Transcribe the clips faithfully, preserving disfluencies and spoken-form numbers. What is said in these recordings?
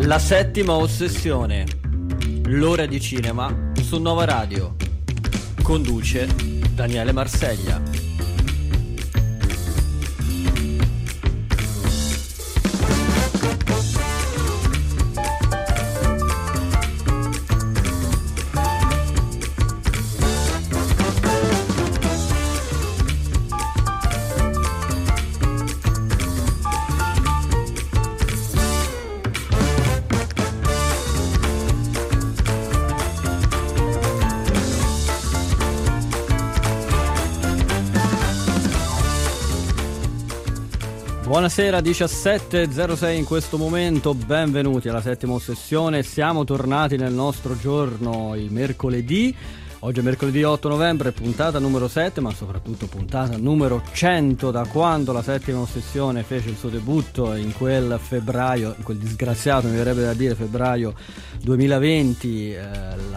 La settima ossessione, l'ora di cinema su Nova Radio. Conduce Daniele Marseglia. Buonasera, diciassette e zero sei in questo momento, benvenuti alla settima ossessione. Siamo tornati nel nostro giorno, il mercoledì. Oggi è mercoledì otto novembre, puntata numero sette, ma soprattutto puntata numero cento da quando la settima ossessione fece il suo debutto in quel febbraio, in quel disgraziato, mi verrebbe da dire febbraio duemilaventi, eh,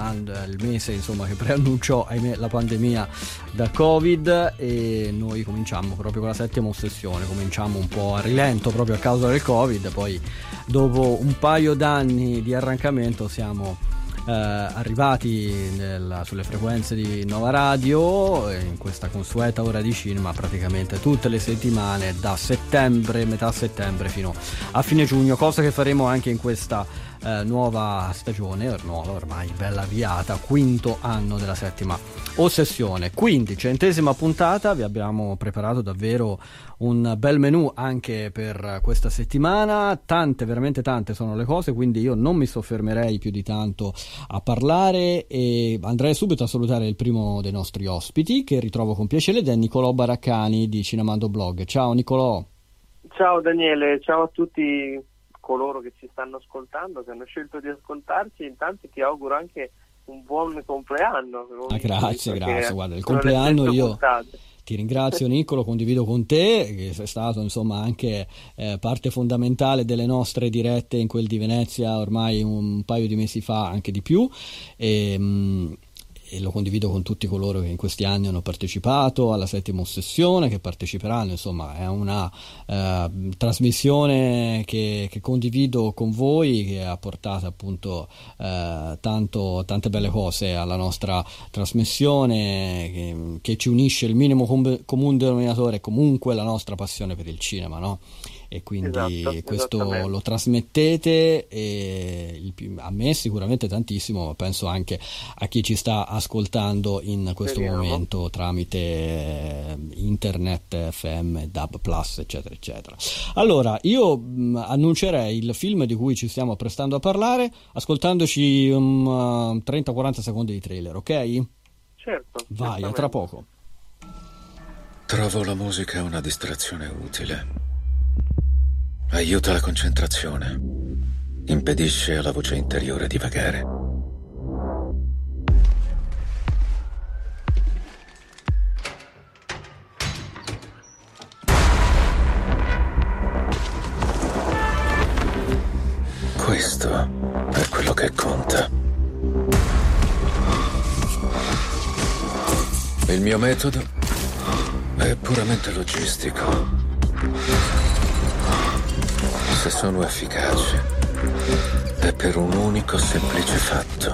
il mese insomma che preannunciò, ahimè, la pandemia da Covid, e noi cominciamo proprio con la settima ossessione, cominciamo un po' a rilento proprio a causa del Covid, poi dopo un paio d'anni di arrancamento siamo Eh, arrivati nel, sulle frequenze di Nova Radio in questa consueta ora di cinema praticamente tutte le settimane da settembre, metà settembre fino a fine giugno, cosa che faremo anche in questa eh, nuova stagione, nuova ormai bella avviata, quinto anno della settima ossessione, quindi centesima puntata. Vi abbiamo preparato davvero un bel menù anche per questa settimana, tante, veramente tante sono le cose, quindi io non mi soffermerei più di tanto a parlare e andrei subito a salutare il primo dei nostri ospiti, che ritrovo con piacere, ed è Nicolò Baraccani di Cinemando Blog. Ciao Nicolò. Ciao Daniele, ciao a tutti coloro che ci stanno ascoltando, che hanno scelto di ascoltarci. Intanto ti auguro anche un buon compleanno. Ah, grazie, grazie. Guarda, il compleanno io puntate. Ti ringrazio Niccolo, condivido con te, che sei stato insomma anche eh, parte fondamentale delle nostre dirette in quel di Venezia ormai un paio di mesi fa, anche di più, e, mh, e lo condivido con tutti coloro che in questi anni hanno partecipato alla settima ossessione, che parteciperanno. Insomma, è una eh, trasmissione che, che condivido con voi, che ha portato appunto eh, tanto, tante belle cose alla nostra trasmissione, che, che ci unisce il minimo com- comune denominatore, comunque la nostra passione per il cinema, no? E quindi esatto, questo lo trasmettete, e il, a me sicuramente tantissimo, ma penso anche a chi ci sta ascoltando in questo Speriamo. momento tramite internet, F M, D A B plus, eccetera eccetera. Allora io mh, annuncerei il film di cui ci stiamo apprestando a parlare ascoltandoci um, trenta quaranta secondi di trailer, ok? Certo. Vai, a tra poco. Trovo la musica una distrazione utile. Aiuta la concentrazione, impedisce alla voce interiore di vagare. Questo è quello che conta. Il mio metodo è puramente logistico. Se sono efficace, è per un unico semplice fatto.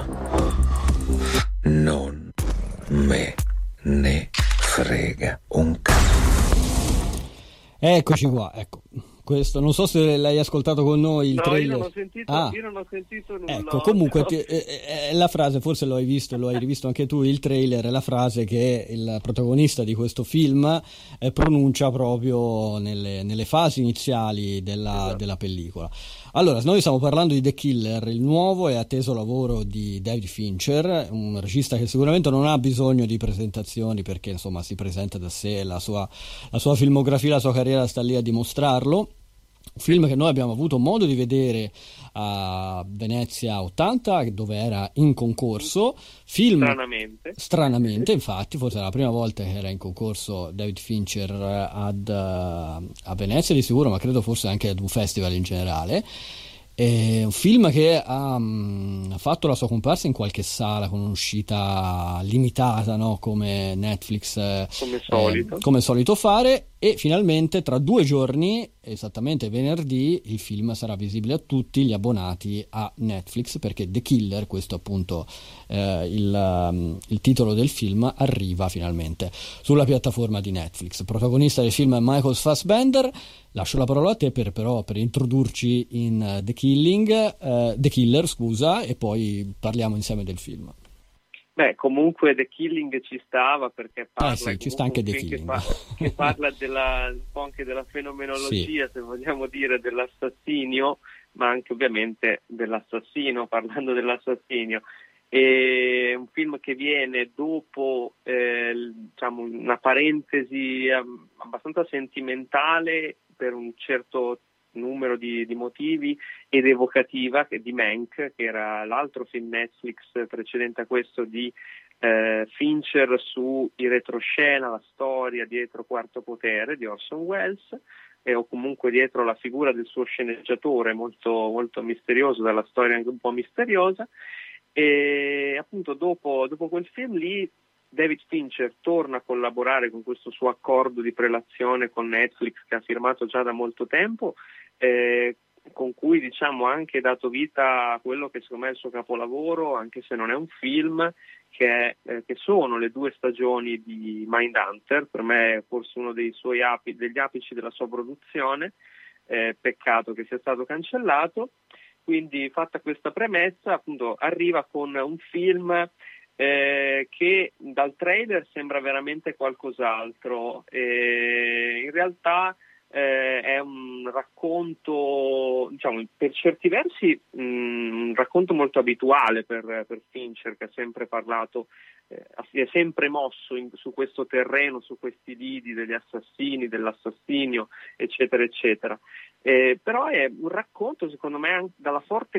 Non me ne frega un cazzo. Eccoci qua, ecco. Questo, non so se l'hai ascoltato con noi il no, trailer. Io non ho sentito, ah. io non ho sentito nulla. Ecco, comunque ti, eh, la frase, forse lo hai visto, lo hai rivisto anche tu, il trailer è la frase che il protagonista di questo film eh, pronuncia proprio nelle, nelle fasi iniziali della, esatto. della pellicola. Allora, noi stiamo parlando di The Killer, il nuovo e atteso lavoro di David Fincher, un regista che sicuramente non ha bisogno di presentazioni, perché insomma si presenta da sé, la sua, la sua filmografia, la sua carriera sta lì a dimostrarlo. Un film che noi abbiamo avuto modo di vedere a Venezia ottanta, dove era in concorso. Film stranamente stranamente infatti, forse era la prima volta che era in concorso David Fincher ad, uh, a Venezia di sicuro, ma credo forse anche ad un festival in generale. È un film che ha, um, ha fatto la sua comparsa in qualche sala con un'uscita limitata, no? Come Netflix come solito. Eh, come solito fare. E finalmente tra due giorni, esattamente venerdì, il film sarà visibile a tutti gli abbonati a Netflix, perché The Killer, questo appunto eh, il, um, il titolo del film, arriva finalmente sulla piattaforma di Netflix. Protagonista del film è Michael Fassbender. Lascio la parola a te per, però, per introdurci in uh, The Killing, uh, The Killer, scusa, e poi parliamo insieme del film. Beh, comunque The Killing ci stava, perché parla, eh sì, ci sta anche The Killing. Che, fa, che parla della, un po' anche della fenomenologia, sì, se vogliamo dire, dell'assassinio, ma anche ovviamente dell'assassino, parlando dell'assassinio. È un film che viene dopo eh, diciamo una parentesi abbastanza sentimentale per un certo numero di, di motivi, ed evocativa, che di Mank, che era l'altro film Netflix precedente a questo di eh, Fincher su il retroscena, la storia dietro Quarto Potere di Orson Welles, e, o comunque dietro la figura del suo sceneggiatore molto, molto misterioso, dalla storia anche un po' misteriosa. E appunto dopo, dopo quel film lì David Fincher torna a collaborare con questo suo accordo di prelazione con Netflix, che ha firmato già da molto tempo, eh, con cui diciamo ha anche dato vita a quello che secondo me è il suo capolavoro, anche se non è un film, che, è, eh, che sono le due stagioni di Mindhunter. Per me è forse uno dei suoi api, degli apici della sua produzione, eh, peccato che sia stato cancellato. Quindi, fatta questa premessa, appunto arriva con un film Eh, che dal trailer sembra veramente qualcos'altro. Eh, in realtà eh, è un racconto, diciamo, per certi versi mh, un racconto molto abituale per, per Fincher, che ha sempre parlato, eh, si è sempre mosso in, su questo terreno, su questi lidi degli assassini, dell'assassinio, eccetera, eccetera. Eh, però è un racconto, secondo me, anche dalla forte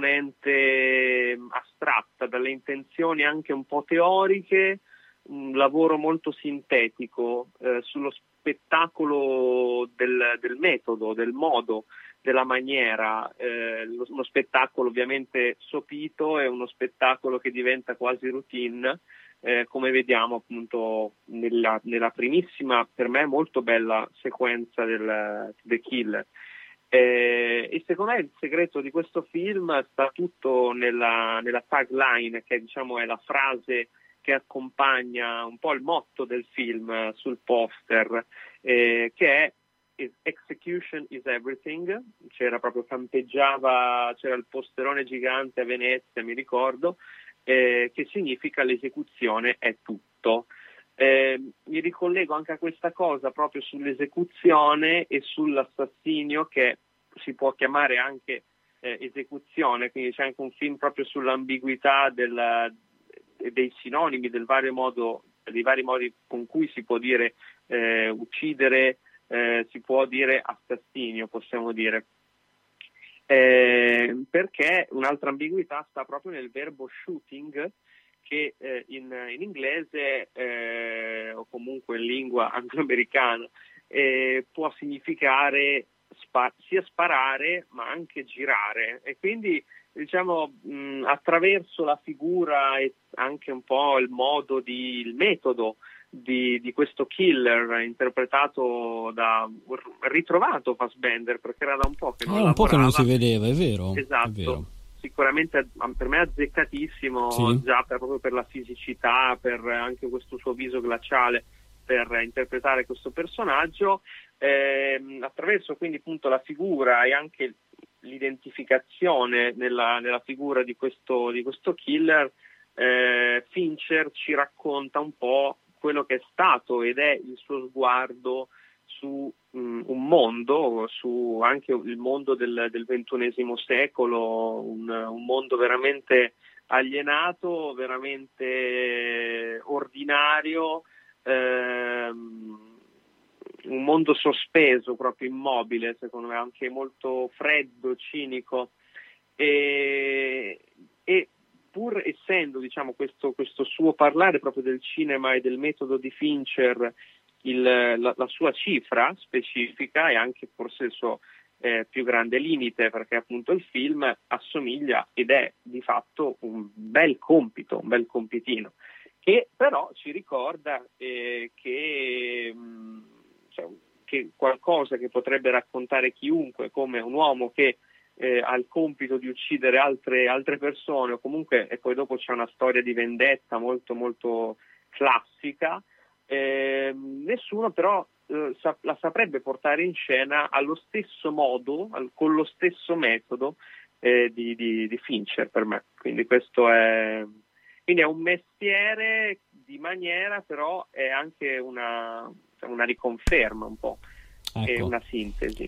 componente astratta, dalle intenzioni anche un po' teoriche, un lavoro molto sintetico eh, sullo spettacolo del, del metodo, del modo, della maniera, eh, lo, uno spettacolo ovviamente sopito, è uno spettacolo che diventa quasi routine, eh, come vediamo appunto nella, nella primissima, per me molto bella sequenza del The Killer. Eh, e secondo me il segreto di questo film sta tutto nella, nella tagline, che diciamo è la frase che accompagna un po' il motto del film eh, sul poster, eh, che è "Execution is everything". C'era proprio, campeggiava, c'era il posterone gigante a Venezia, mi ricordo, eh, che significa l'esecuzione è tutto. Eh, mi ricollego anche a questa cosa proprio sull'esecuzione e sull'assassinio, che si può chiamare anche eh, esecuzione, quindi c'è anche un film proprio sull'ambiguità del, dei sinonimi, del vario modo, dei vari modi con cui si può dire eh, uccidere, eh, si può dire assassinio, possiamo dire. Eh, perché un'altra ambiguità sta proprio nel verbo shooting, che eh, in, in inglese eh, o comunque in lingua angloamericana eh, può significare spa- sia sparare ma anche girare, e quindi diciamo mh, attraverso la figura e anche un po' il modo di, il metodo di, di questo killer interpretato da ritrovato Fassbender, perché era da un po' che non eh, un po' che non si vedeva, è vero. Esatto. È vero. Sicuramente per me è azzeccatissimo, sì. già per, proprio per la fisicità, per anche questo suo viso glaciale, per interpretare questo personaggio, eh, attraverso quindi appunto la figura e anche l'identificazione nella, nella figura di questo, di questo killer. eh, Fincher ci racconta un po' quello che è stato ed è il suo sguardo su um, un mondo, su anche il mondo del, del ventunesimo secolo, un, un mondo veramente alienato, veramente ordinario, ehm, un mondo sospeso, proprio immobile, secondo me, anche molto freddo, cinico, e, e pur essendo, diciamo, questo, questo suo parlare proprio del cinema e del metodo di Fincher Il, la, la sua cifra specifica, e anche forse il suo eh, più grande limite, perché appunto il film assomiglia ed è di fatto un bel compito, un bel compitino, che però ci ricorda eh, che mh, cioè, anche qualcosa che potrebbe raccontare chiunque, come un uomo che eh, ha il compito di uccidere altre, altre persone, o comunque, e poi dopo c'è una storia di vendetta molto molto classica. Eh, nessuno però eh, sa- la saprebbe portare in scena allo stesso modo, al- con lo stesso metodo eh, di, di, di Fincher, per me. Quindi questo è, quindi è un mestiere di maniera, però è anche una, una riconferma un po', ecco. È una sintesi.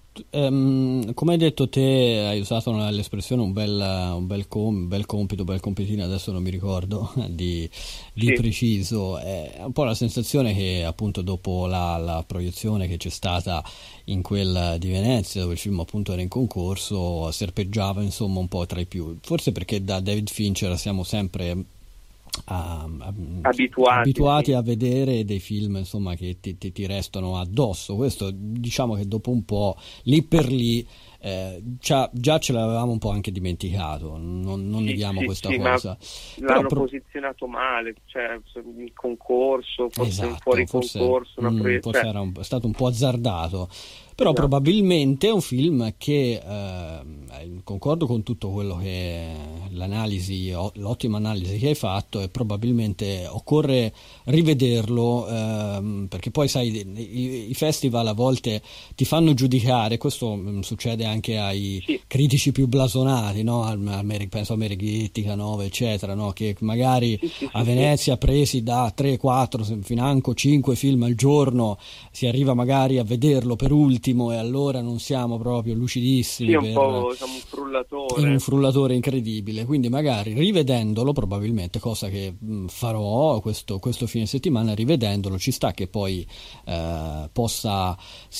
Um, come hai detto te, hai usato l'espressione un bel, un bel, com, un bel compito, un bel compitino, adesso non mi ricordo di, di sì. preciso. È un po' la sensazione che appunto dopo la, la proiezione che c'è stata in quella di Venezia, dove il film appunto era in concorso, serpeggiava insomma un po' tra i più, forse perché da David Fincher siamo sempre A, a, abituati, abituati sì. a vedere dei film insomma che ti, ti, ti restano addosso. Questo diciamo che dopo un po' lì per lì eh, già, già ce l'avevamo un po' anche dimenticato, non, non sì, neghiamo sì, questa sì, cosa. Ma l'hanno Però, posizionato male, cioè il concorso, forse esatto, un fuori forse, concorso, una mh, proie- forse cioè... era un, è stato un po' azzardato. Però esatto. probabilmente è un film che eh, concordo con tutto quello che l'analisi, l'ottima analisi che hai fatto, e probabilmente occorre rivederlo eh, perché poi sai i, i festival a volte ti fanno giudicare, questo mh, succede anche ai sì. critici più blasonati, no? Al, al, penso a Mereghetti, Canova eccetera, no? Che magari sì, sì, a sì, Venezia sì. presi da tre quattro financo cinque film al giorno si arriva magari a vederlo per ultimo e allora non siamo proprio lucidissimi. Sì, un per, po' siamo un frullatore. un frullatore incredibile, quindi magari rivedendolo, probabilmente, cosa che mh, farò questo, questo fine settimana, rivedendolo ci sta che poi eh, possa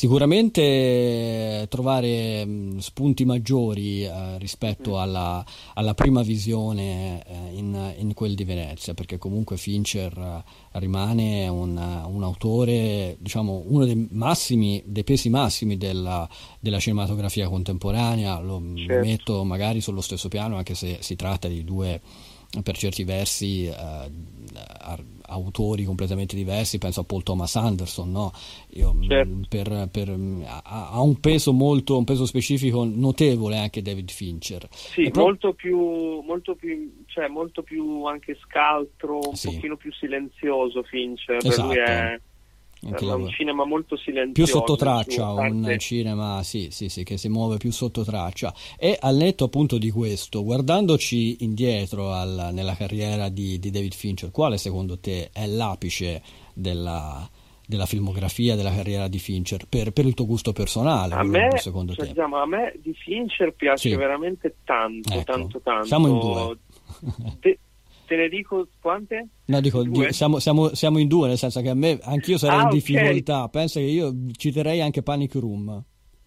sicuramente trovare mh, spunti maggiori eh, rispetto mm. alla, alla prima visione eh, in, in quel di Venezia, perché comunque Fincher eh, rimane un, un autore, diciamo uno dei massimi, dei pesi massimi della, della cinematografia contemporanea. Lo, certo. lo metto magari sullo stesso piano, anche se si tratta di due per certi versi eh, autori completamente diversi. Penso a Paul Thomas Anderson, no? Io, certo. per, per, ha, ha un peso molto, un peso specifico notevole anche David Fincher. Sì, pro- molto più molto più cioè molto più anche scaltro, un sì. pochino più silenzioso Fincher, esatto. Per lui è Anche un cinema molto silenzioso, più sotto traccia, un parte... cinema sì, sì, sì, che si muove più sotto traccia. E al netto appunto di questo, guardandoci indietro al, nella carriera di, di David Fincher, quale secondo te è l'apice della, della filmografia, della carriera di Fincher, per, per il tuo gusto personale? A me, secondo cioè, te? Diciamo, a me di Fincher piace sì. veramente tanto, ecco. tanto, tanto. Siamo in due. Te, te ne dico quante? No, dico, di, siamo, siamo, siamo in due, nel senso che a me, anch'io sarei ah, in okay. difficoltà. Penso che io citerei anche Panic Room.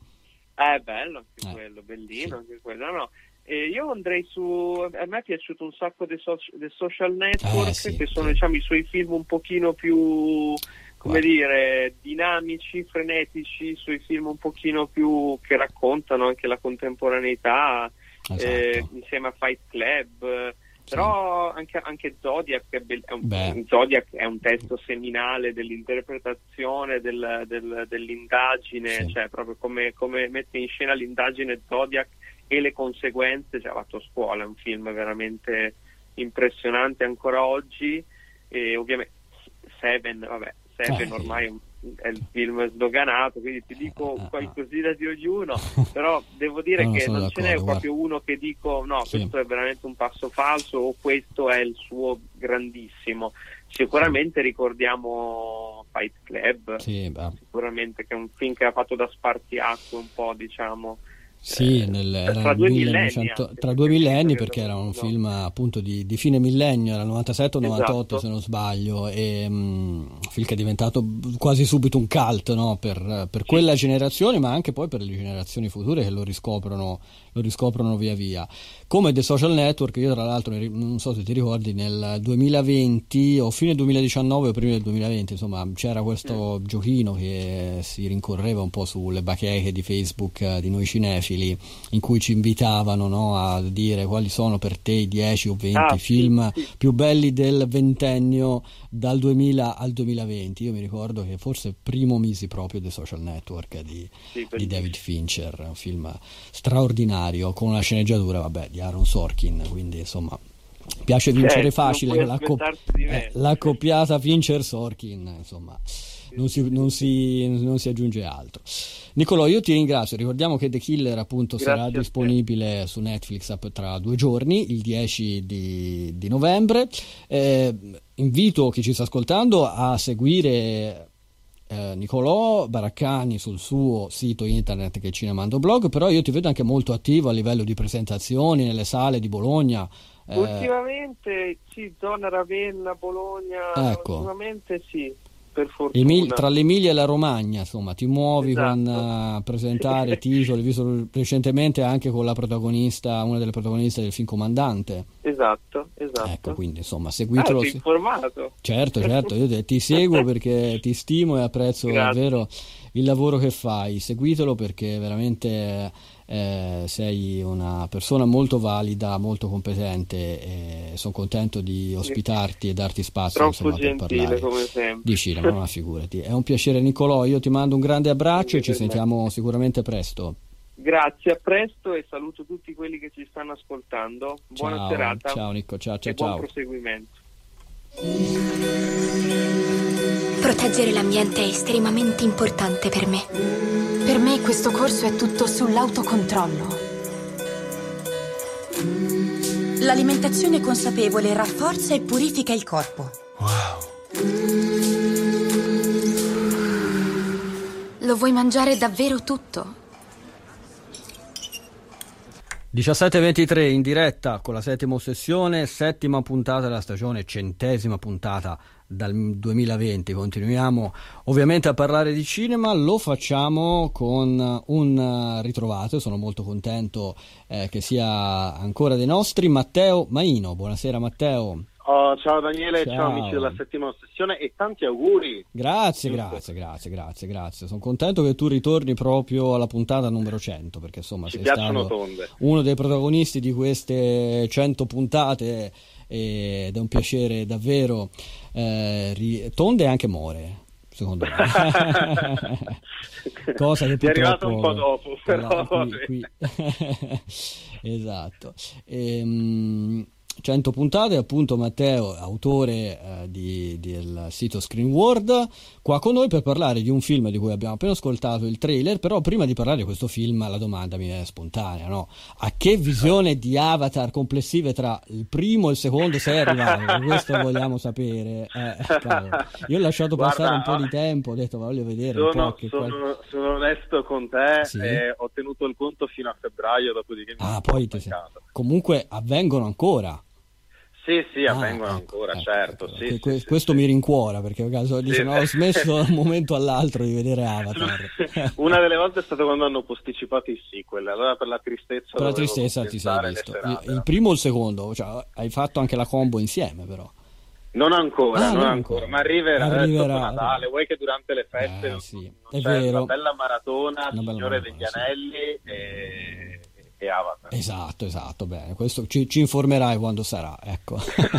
Eh, bello anche eh, quello, bellino sì. anche quello. No, no. Eh, io andrei su, a me è piaciuto un sacco The, so- The Social Network, eh, sì, che sono sì. diciamo i suoi film un pochino più, come Guarda. dire, dinamici, frenetici, i suoi film un pochino più che raccontano anche la contemporaneità, esatto. eh, insieme a Fight Club. Però anche, anche Zodiac, è be- è un, Zodiac è un testo seminale dell'interpretazione del, del, dell'indagine, sì. cioè proprio come, come mette in scena l'indagine Zodiac e le conseguenze, cioè ha fatto scuola, è un film veramente impressionante ancora oggi. E ovviamente Seven, vabbè, Seven eh, ormai sì. è il film sdoganato, quindi ti dico qualcosina di ognuno, però devo dire che non ce n'è proprio uno che dico no, sì. questo è veramente un passo falso o questo è il suo grandissimo. Sicuramente sì. ricordiamo Fight Club, sì, sicuramente che è un film che ha fatto da spartiacque un po', diciamo. Sì, eh, nel, era tra, due millenovecento, millenni, tra due millenni, perché no, era un no. film appunto di, di fine millennio, era il novantasette o novantotto, esatto. se non sbaglio, e um, film che è diventato quasi subito un cult, no? per, per quella sì. generazione, ma anche poi per le generazioni future che lo riscoprono, lo riscoprono via via. Come The Social Network, io tra l'altro non so se ti ricordi, nel duemilaventi o fine duemiladiciannove o prima del duemilaventi, insomma c'era questo mm. giochino che si rincorreva un po' sulle bacheche di Facebook di noi cinefili, cinemafili in cui ci invitavano, no, a dire quali sono per te i dieci o venti ah, film sì, sì. più belli del ventennio dal duemila al duemilaventi. Io mi ricordo che forse primo misi proprio The Social Network di, sì, di David Fincher, un film straordinario con una sceneggiatura, vabbè, di Aaron Sorkin, quindi insomma piace vincere eh, facile, la, co- eh, la coppiata Fincher-Sorkin, insomma non si, non, si, non si aggiunge altro. Nicolò, io ti ringrazio, ricordiamo che The Killer appunto Grazie sarà disponibile su Netflix tra due giorni, il dieci di, di novembre. Eh, invito chi ci sta ascoltando a seguire eh, Nicolò Baraccani sul suo sito internet che è Cinemando Blog, però io ti vedo anche molto attivo a livello di presentazioni nelle sale di Bologna. Eh, ultimamente sì, zona Ravenna, Bologna, ecco. ultimamente sì. Per fortuna. Emil, tra l'Emilia e la Romagna, insomma, ti muovi esatto. con uh, presentare titoli, visto recentemente anche con la protagonista, una delle protagoniste del film Comandante. Esatto, esatto. Ecco, quindi insomma, seguitelo. Ah, sei informato. Certo, certo, io te, ti seguo perché ti stimo e apprezzo Grazie. davvero il lavoro che fai. Seguitelo perché veramente eh, sei una persona molto valida, molto competente e sono contento di ospitarti e darti spazio. Troppo insomma, gentile per parlare come sempre. di cinema, ma figurati. È un piacere, Nicolò, io ti mando un grande abbraccio e ci sentiamo sicuramente presto. Grazie, a presto e saluto tutti quelli che ci stanno ascoltando. Buona ciao, serata. Ciao Nico, ciao ciao e ciao. buon proseguimento. Proteggere l'ambiente è estremamente importante per me. Per me questo corso è tutto sull'autocontrollo. L'alimentazione consapevole rafforza e purifica il corpo. Wow. Lo vuoi mangiare davvero tutto? diciassette e ventitré in diretta con la settima ossessione, settima puntata della stagione, centesima puntata dal duemilaventi. Continuiamo ovviamente a parlare di cinema, lo facciamo con un ritrovato, sono molto contento eh, che sia ancora dei nostri, Matteo Maino. Buonasera Matteo. Oh, ciao Daniele, ciao. ciao Amici della settima ossessione e tanti auguri. Grazie, grazie, grazie, grazie, grazie. Sono contento che tu ritorni proprio alla puntata numero cento, perché insomma ci sei piacciono stato tonde. Uno dei protagonisti di queste cento puntate ed è un piacere davvero. Eh, ri... tonde e anche more, secondo me. Cosa che ti è arrivato purtroppo un po' dopo, però qui, qui... esatto. Ehm... cento puntate, appunto. Matteo, autore eh, di, del sito Screen World, qua con noi per parlare di un film di cui abbiamo appena ascoltato il trailer. Però prima di parlare di questo film la domanda mi viene spontanea, no? A che visione di Avatar complessive tra il primo e il secondo sei arrivato? Questo vogliamo sapere. Eh, io ho lasciato Guarda, passare un po' di tempo, ho detto voglio vedere sono, un po' che sono, qual... sono onesto con te, sì? e ho tenuto il conto fino a febbraio, dopodiché mi ah, sono poi ti sei... comunque avvengono ancora. Sì, sì, ah, avvengono ecco, ancora, ecco, certo. ecco. Sì, Que- sì, que- sì, questo sì. mi rincuora, perché caso dice, sì. no, ho smesso da un momento all'altro di vedere Avatar. Una delle volte è stato quando hanno posticipato i sequel, allora per la tristezza per la tristezza ti sei visto il, il primo o il secondo, cioè, hai fatto anche la combo insieme però. Non ancora, ah, non non ancora, ancora, ma arriverà, arriverà dopo Natale. Vuoi che durante le feste eh, non, sì. non È c'è vero. una bella maratona, una bella Signore maratona, degli sì. Anelli e, e Avatar. Esatto, esatto, bene, questo ci, ci informerai quando sarà, ecco.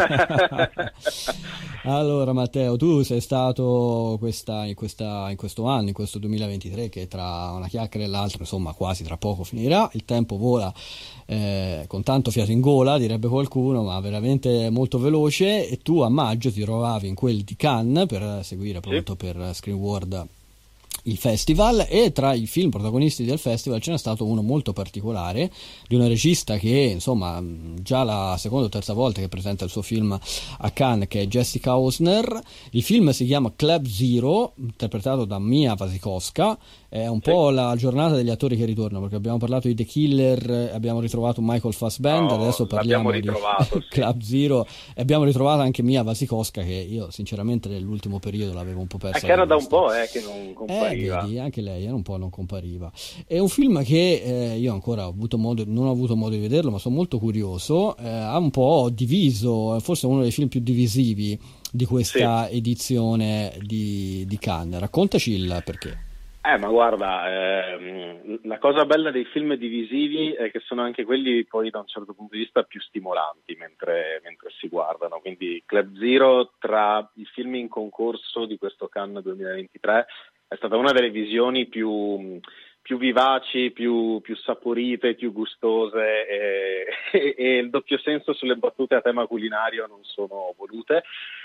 Allora Matteo, tu sei stato questa, in, questa, in questo anno, in questo duemilaventitré, che tra una chiacchiera e l'altra, insomma, quasi tra poco finirà, il tempo vola eh, con tanto fiato in gola, direbbe qualcuno, ma veramente molto veloce, e tu a maggio ti trovavi in quel di Cannes per seguire appunto sì. per Screen World il festival, e tra i film protagonisti del festival ce n'è stato uno molto particolare di una regista che insomma già la seconda o terza volta che presenta il suo film a Cannes, che è Jessica Hausner. Il film si chiama Club Zero, interpretato da Mia Wasikowska. È un sì. po' la giornata degli attori che ritornano, perché abbiamo parlato di The Killer, abbiamo ritrovato Michael Fassbender, no, adesso parliamo di sì. Club Zero, e abbiamo ritrovato anche Mia Wasikowska, che io sinceramente nell'ultimo periodo l'avevo un po' persa. È che era da un po' eh, che non compariva. Eh, vedi, anche lei era un po' non compariva. È un film che eh, io ancora ho avuto modo, non ho avuto modo di vederlo, ma sono molto curioso. Eh, ha un po' diviso, forse uno dei film più divisivi di questa sì. edizione di, di Cannes. Raccontaci il perché. Eh, ma guarda, ehm, la cosa bella dei film divisivi è che sono anche quelli poi da un certo punto di vista più stimolanti mentre, mentre si guardano, quindi Club Zero tra i film in concorso di questo Cannes duemilaventitré è stata una delle visioni più, più vivaci, più, più saporite, più gustose e, e, e il doppio senso sulle battute a tema culinario non sono volute,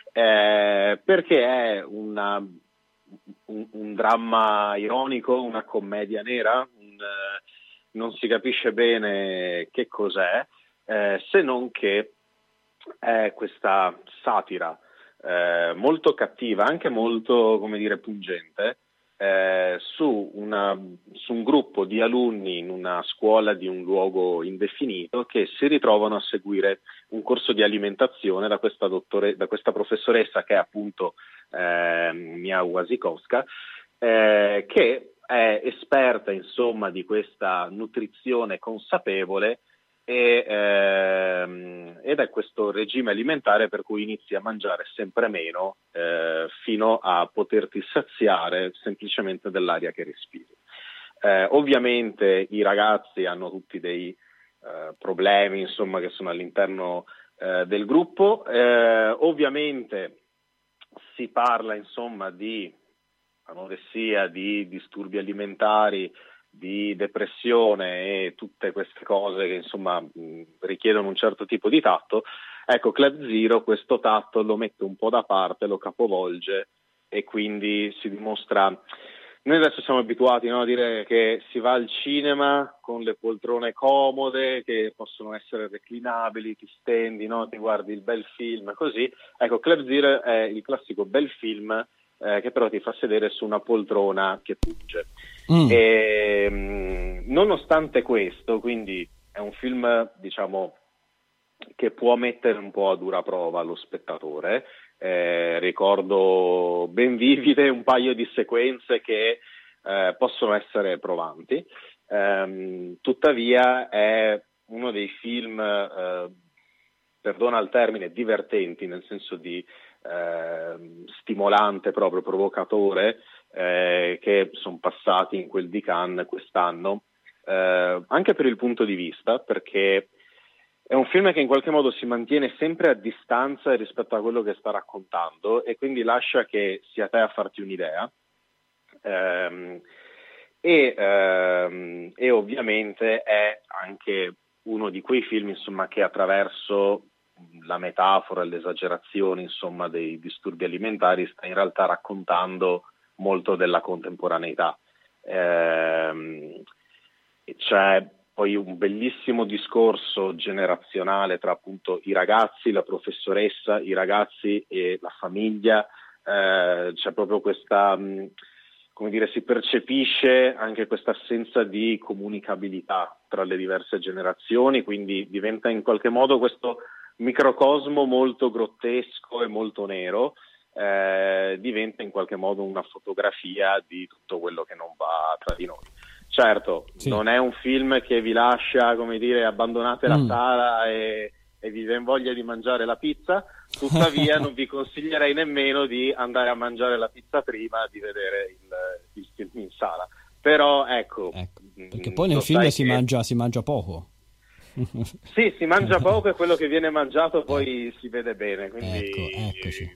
eh, perché è una... Un, un dramma ironico, una commedia nera, un, eh, non si capisce bene che cos'è, eh, se non che è questa satira eh, molto cattiva, anche molto, come dire, pungente, eh, su, una, su un gruppo di alunni in una scuola di un luogo indefinito che si ritrovano a seguire un corso di alimentazione da questa, dottore, da questa professoressa che è appunto eh, Mia Wasikowska, eh, che è esperta insomma di questa nutrizione consapevole e, ehm, ed è questo regime alimentare per cui inizi a mangiare sempre meno eh, fino a poterti saziare semplicemente dell'aria che respiri. Eh, ovviamente i ragazzi hanno tutti dei eh, problemi insomma che sono all'interno eh, del gruppo, eh, ovviamente si parla insomma di anoressia, di disturbi alimentari, di depressione e tutte queste cose che insomma mh, richiedono un certo tipo di tatto. Ecco, Club Zero questo tatto lo mette un po' da parte, lo capovolge e quindi si dimostra... Noi adesso siamo abituati, no, a dire che si va al cinema con le poltrone comode che possono essere reclinabili, ti stendi, no, ti guardi il bel film, così. Ecco, Club Zero è il classico bel film eh, che però ti fa sedere su una poltrona che pugge. Mm. E, mh, nonostante questo, quindi è un film, diciamo, che può mettere un po' a dura prova lo spettatore. Eh, ricordo ben vivide un paio di sequenze che eh, possono essere provanti, ehm, tuttavia è uno dei film, eh, perdona il termine, divertenti, nel senso di eh, stimolante, proprio provocatore, eh, che sono passati in quel di Cannes quest'anno, eh, anche per il punto di vista, perché è un film che in qualche modo si mantiene sempre a distanza rispetto a quello che sta raccontando e quindi lascia che sia te a farti un'idea. Ehm, e, ehm, e ovviamente è anche uno di quei film insomma, che attraverso la metafora e l'esagerazione insomma, dei disturbi alimentari sta in realtà raccontando molto della contemporaneità. Ehm, c'è poi un bellissimo discorso generazionale tra appunto i ragazzi, la professoressa, i ragazzi e la famiglia, eh, c'è proprio questa, mh, come dire, si percepisce anche questa assenza di comunicabilità tra le diverse generazioni, quindi diventa in qualche modo questo microcosmo molto grottesco e molto nero, eh, diventa in qualche modo una fotografia di tutto quello che non va tra di noi. Certo, sì. Non è un film che vi lascia, come dire, abbandonate la sala mm. e, e vi viene voglia di mangiare la pizza, tuttavia non vi consiglierei nemmeno di andare a mangiare la pizza prima di vedere il, il film in sala. Però ecco... ecco perché poi nel film si, che... mangia, si mangia poco. Sì, si mangia poco e quello che viene mangiato poi eh. si vede bene, quindi... Ecco, eccoci.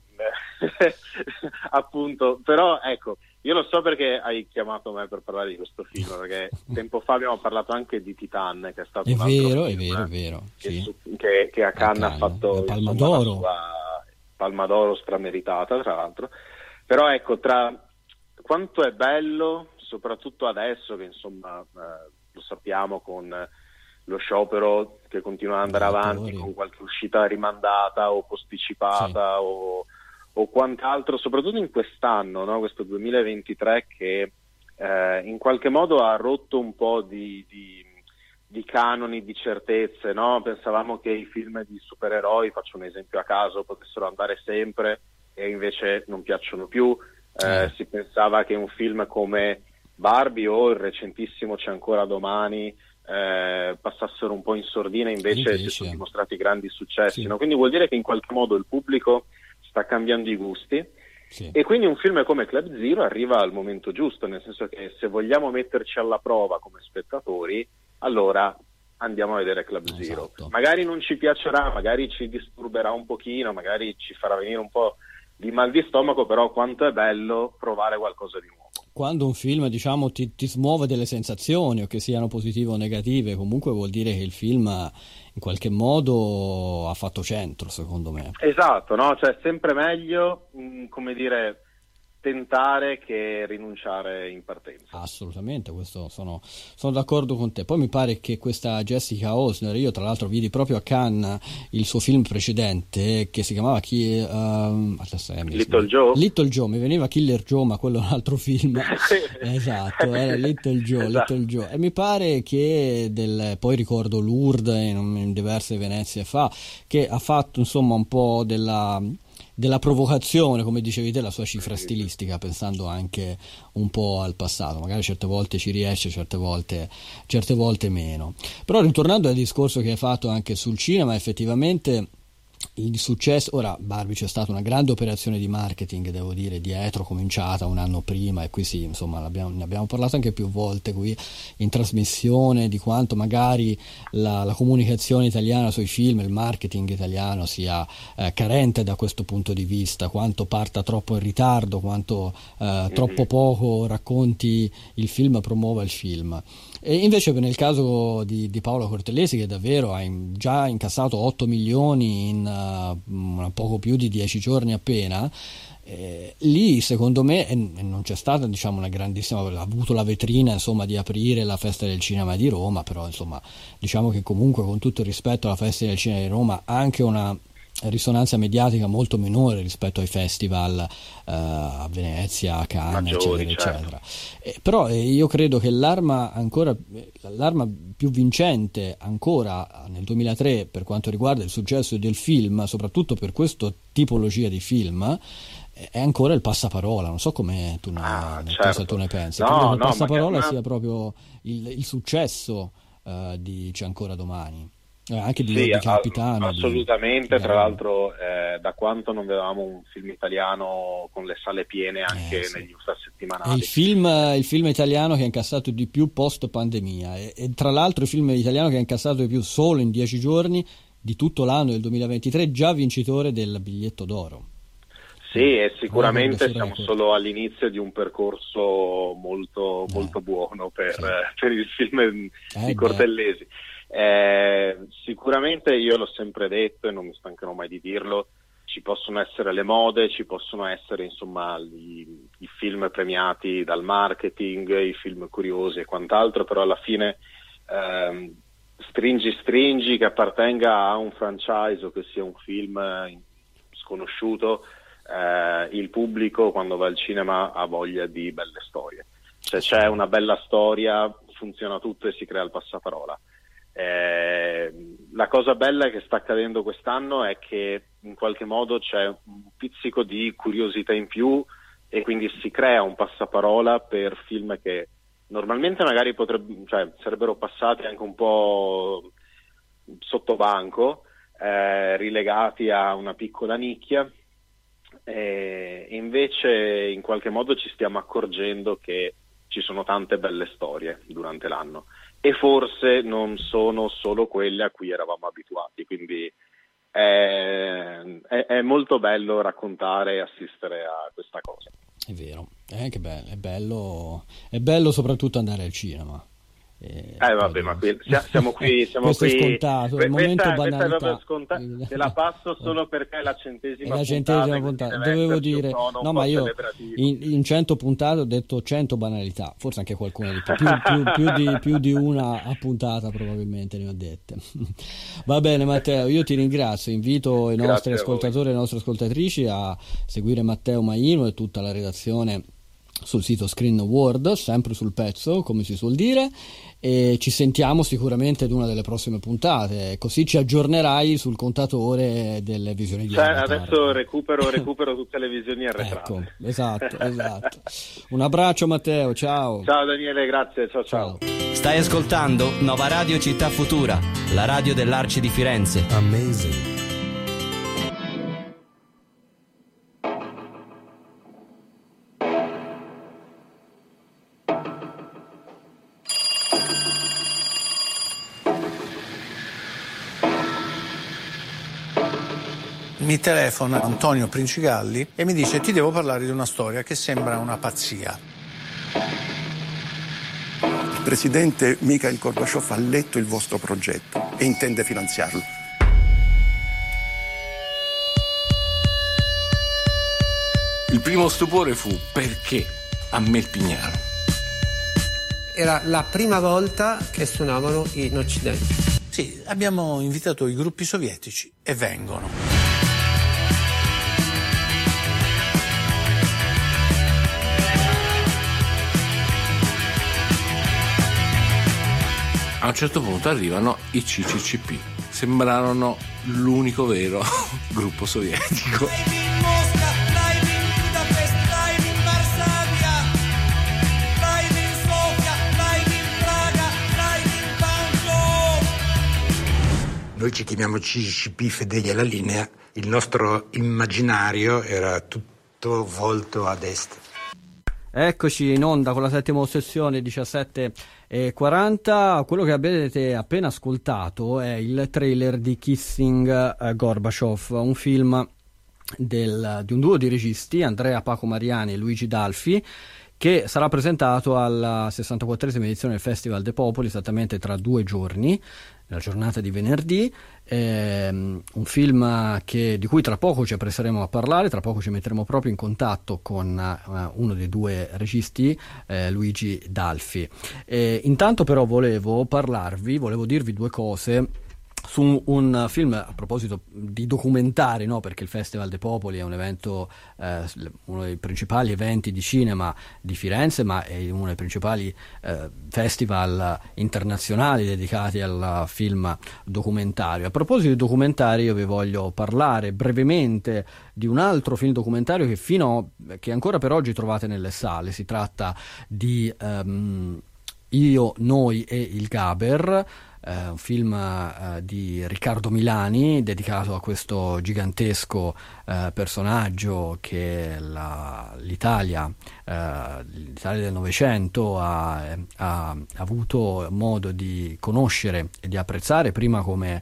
Appunto, però ecco... Io lo so perché hai chiamato me per parlare di questo film, perché tempo fa abbiamo parlato anche di Titan, che è stato è un altro vero, film, è vero, è vero, sì. che, che, che a Cannes ha fatto la Palma d'Oro. Insomma, la sua Palma d'Oro strameritata, tra l'altro. Però ecco, tra quanto è bello, soprattutto adesso che insomma eh, lo sappiamo con lo sciopero che continua ad andare avanti, con qualche uscita rimandata o posticipata, sì. o o quant'altro, soprattutto in quest'anno, no? Questo duemilaventitré che eh, in qualche modo ha rotto un po' di, di, di canoni, di certezze, no? Pensavamo che i film di supereroi, faccio un esempio a caso, potessero andare sempre e invece non piacciono più. Eh, si pensava che un film come Barbie o il recentissimo C'è ancora domani eh, passassero un po' in sordina, invece, invece si sono dimostrati grandi successi, sì. No? Quindi vuol dire che in qualche modo il pubblico sta cambiando i gusti, Sì. E quindi un film come Club Zero arriva al momento giusto, nel senso che se vogliamo metterci alla prova come spettatori, allora andiamo a vedere Club Zero. Esatto. Magari non ci piacerà, magari ci disturberà un pochino, magari ci farà venire un po' di mal di stomaco, però quanto è bello provare qualcosa di nuovo. Quando un film, diciamo, ti, ti smuove delle sensazioni, o che siano positive o negative, comunque vuol dire che il film in qualche modo ha fatto centro, secondo me. Esatto, no? Cioè, sempre meglio, mh, come dire, tentare che rinunciare in partenza. Assolutamente, questo sono, sono d'accordo con te. Poi mi pare che questa Jessica Osner, io tra l'altro vidi proprio a Cannes il suo film precedente che si chiamava chi, uh, Little Joe. Little Joe, mi veniva Killer Joe, ma quello è un altro film. Esatto, era Little Joe, esatto. Little Joe. E mi pare che del, poi ricordo Lourdes in, in diverse Venezie fa, che ha fatto insomma un po' della della provocazione, come dicevi te, la sua cifra stilistica, pensando anche un po' al passato. Magari certe volte ci riesce, certe volte certe volte meno. Però ritornando al discorso che hai fatto anche sul cinema, effettivamente il successo, ora Barbie c'è stata una grande operazione di marketing, devo dire, dietro, cominciata un anno prima, e qui sì, insomma, l'abbiamo, ne abbiamo parlato anche più volte qui in trasmissione, di quanto magari la, la comunicazione italiana sui film, il marketing italiano sia eh, carente da questo punto di vista, quanto parta troppo in ritardo, quanto eh, troppo poco racconti il film, promuova il film. E invece nel caso di, di Paola Cortellesi, che davvero ha in, già incassato otto milioni in uh, poco più di dieci giorni appena, eh, lì secondo me eh, non c'è stata, diciamo, una grandissima, ha avuto la vetrina, insomma, di aprire la Festa del Cinema di Roma, però insomma diciamo che comunque, con tutto il rispetto alla Festa del Cinema di Roma, ha anche una risonanza mediatica molto minore rispetto ai festival uh, a Venezia, a Cannes, maggiori, eccetera, certo. eccetera. Eh, però eh, io credo che l'arma ancora l'arma più vincente ancora nel duemilatré per quanto riguarda il successo del film, soprattutto per questa tipologia di film, è ancora il passaparola. Non so come tu ne, ah, cosa certo. tu ne pensi. No, credo che il no, passaparola ma... sia proprio il, il successo uh, di C'è ancora domani. Eh, anche di, sì, di Capitano, assolutamente, di... tra l'altro eh, da quanto non vedevamo un film italiano con le sale piene anche eh, sì. negli infrasettimanali. È il film, il film italiano che ha incassato di più post pandemia, e, e tra l'altro il film italiano che ha incassato di più solo in dieci giorni di tutto l'anno del duemilaventitré, già vincitore del biglietto d'oro. Sì, e sicuramente siamo solo all'inizio di un percorso molto, molto eh, buono per, sì. per il film eh, di Cortellesi. Eh, sicuramente, io l'ho sempre detto e non mi stancherò mai di dirlo, ci possono essere le mode, ci possono essere insomma i, i film premiati dal marketing, i film curiosi e quant'altro, però alla fine ehm, stringi stringi che appartenga a un franchise o che sia un film sconosciuto, eh, il pubblico quando va al cinema ha voglia di belle storie. Se c'è una bella storia funziona tutto e si crea il passaparola. Eh, la cosa bella che sta accadendo quest'anno è che in qualche modo c'è un pizzico di curiosità in più, e quindi si crea un passaparola per film che normalmente magari potrebbe, cioè, sarebbero passati anche un po' sotto banco, eh, rilegati a una piccola nicchia, eh, e invece in qualche modo ci stiamo accorgendo che ci sono tante belle storie durante l'anno, e forse non sono solo quelle a cui eravamo abituati, quindi è, è, è molto bello raccontare e assistere a questa cosa. È vero, è anche bello, è bello, è bello soprattutto andare al cinema. Eh, eh vabbè, ma qui, siamo qui, siamo questo qui. è scontato, il momento questa, banalità. Questa è proprio scontata, te la passo solo perché è la centesima, è la centesima puntata, puntata. Dovevo dire, no, ma io in, in cento puntate ho detto cento banalità, forse anche qualcuna di più, più, più, più, di, più di una a puntata probabilmente ne ho dette. Va bene Matteo, io ti ringrazio, invito i nostri Grazie ascoltatori e le nostre ascoltatrici a seguire Matteo Maino e tutta la redazione sul sito Screen World, sempre sul pezzo, come si suol dire, e ci sentiamo sicuramente ad una delle prossime puntate, così ci aggiornerai sul contatore delle visioni di cioè, Avatar. Adesso recupero, recupero tutte le visioni arretrate. Ecco, esatto, esatto. Un abbraccio Matteo, ciao. Ciao Daniele, grazie, ciao ciao. ciao. Stai ascoltando Nova Radio Città Futura, la radio dell'Arci di Firenze. Amazing. Mi telefona Antonio Princigalli e mi dice: ti devo parlare di una storia che sembra una pazzia. Il presidente Mikhail Gorbaciov ha letto il vostro progetto e intende finanziarlo. Il primo stupore fu: perché a Melpignano? Era la prima volta che suonavano in Occidente. Sì, abbiamo invitato i gruppi sovietici e vengono. A un certo punto arrivano i C C C P. Sembrarono l'unico vero gruppo sovietico. Noi ci chiamiamo C C C P fedeli alla linea, il nostro immaginario era tutto volto ad est. Eccoci in onda con la settima ossessione, diciassette e quaranta. Quello che avete appena ascoltato è il trailer di Kissing Gorbaciov, un film del, di un duo di registi, Andrea Paco Mariani e Luigi Dalfi, che sarà presentato alla sessantaquattresima edizione del Festival dei Popoli, esattamente tra due giorni, nella giornata di venerdì. Eh, un film che, di cui tra poco ci appresseremo a parlare, tra poco ci metteremo proprio in contatto con uh, uno dei due registi, eh, Luigi Dalfi. Eh, intanto però volevo parlarvi, volevo dirvi due cose su un film, a proposito di documentari, no? Perché il Festival dei Popoli è un evento, eh, uno dei principali eventi di cinema di Firenze, ma è uno dei principali eh, festival internazionali dedicati al film documentario. A proposito di documentari, io vi voglio parlare brevemente di un altro film documentario che fino che ancora per oggi trovate nelle sale. Si tratta di um, Io, Noi e il Gaber, Uh, un film uh, di Riccardo Milani dedicato a questo gigantesco uh, personaggio che la, l'Italia, uh, l'Italia del Novecento ha, ha avuto modo di conoscere e di apprezzare, prima come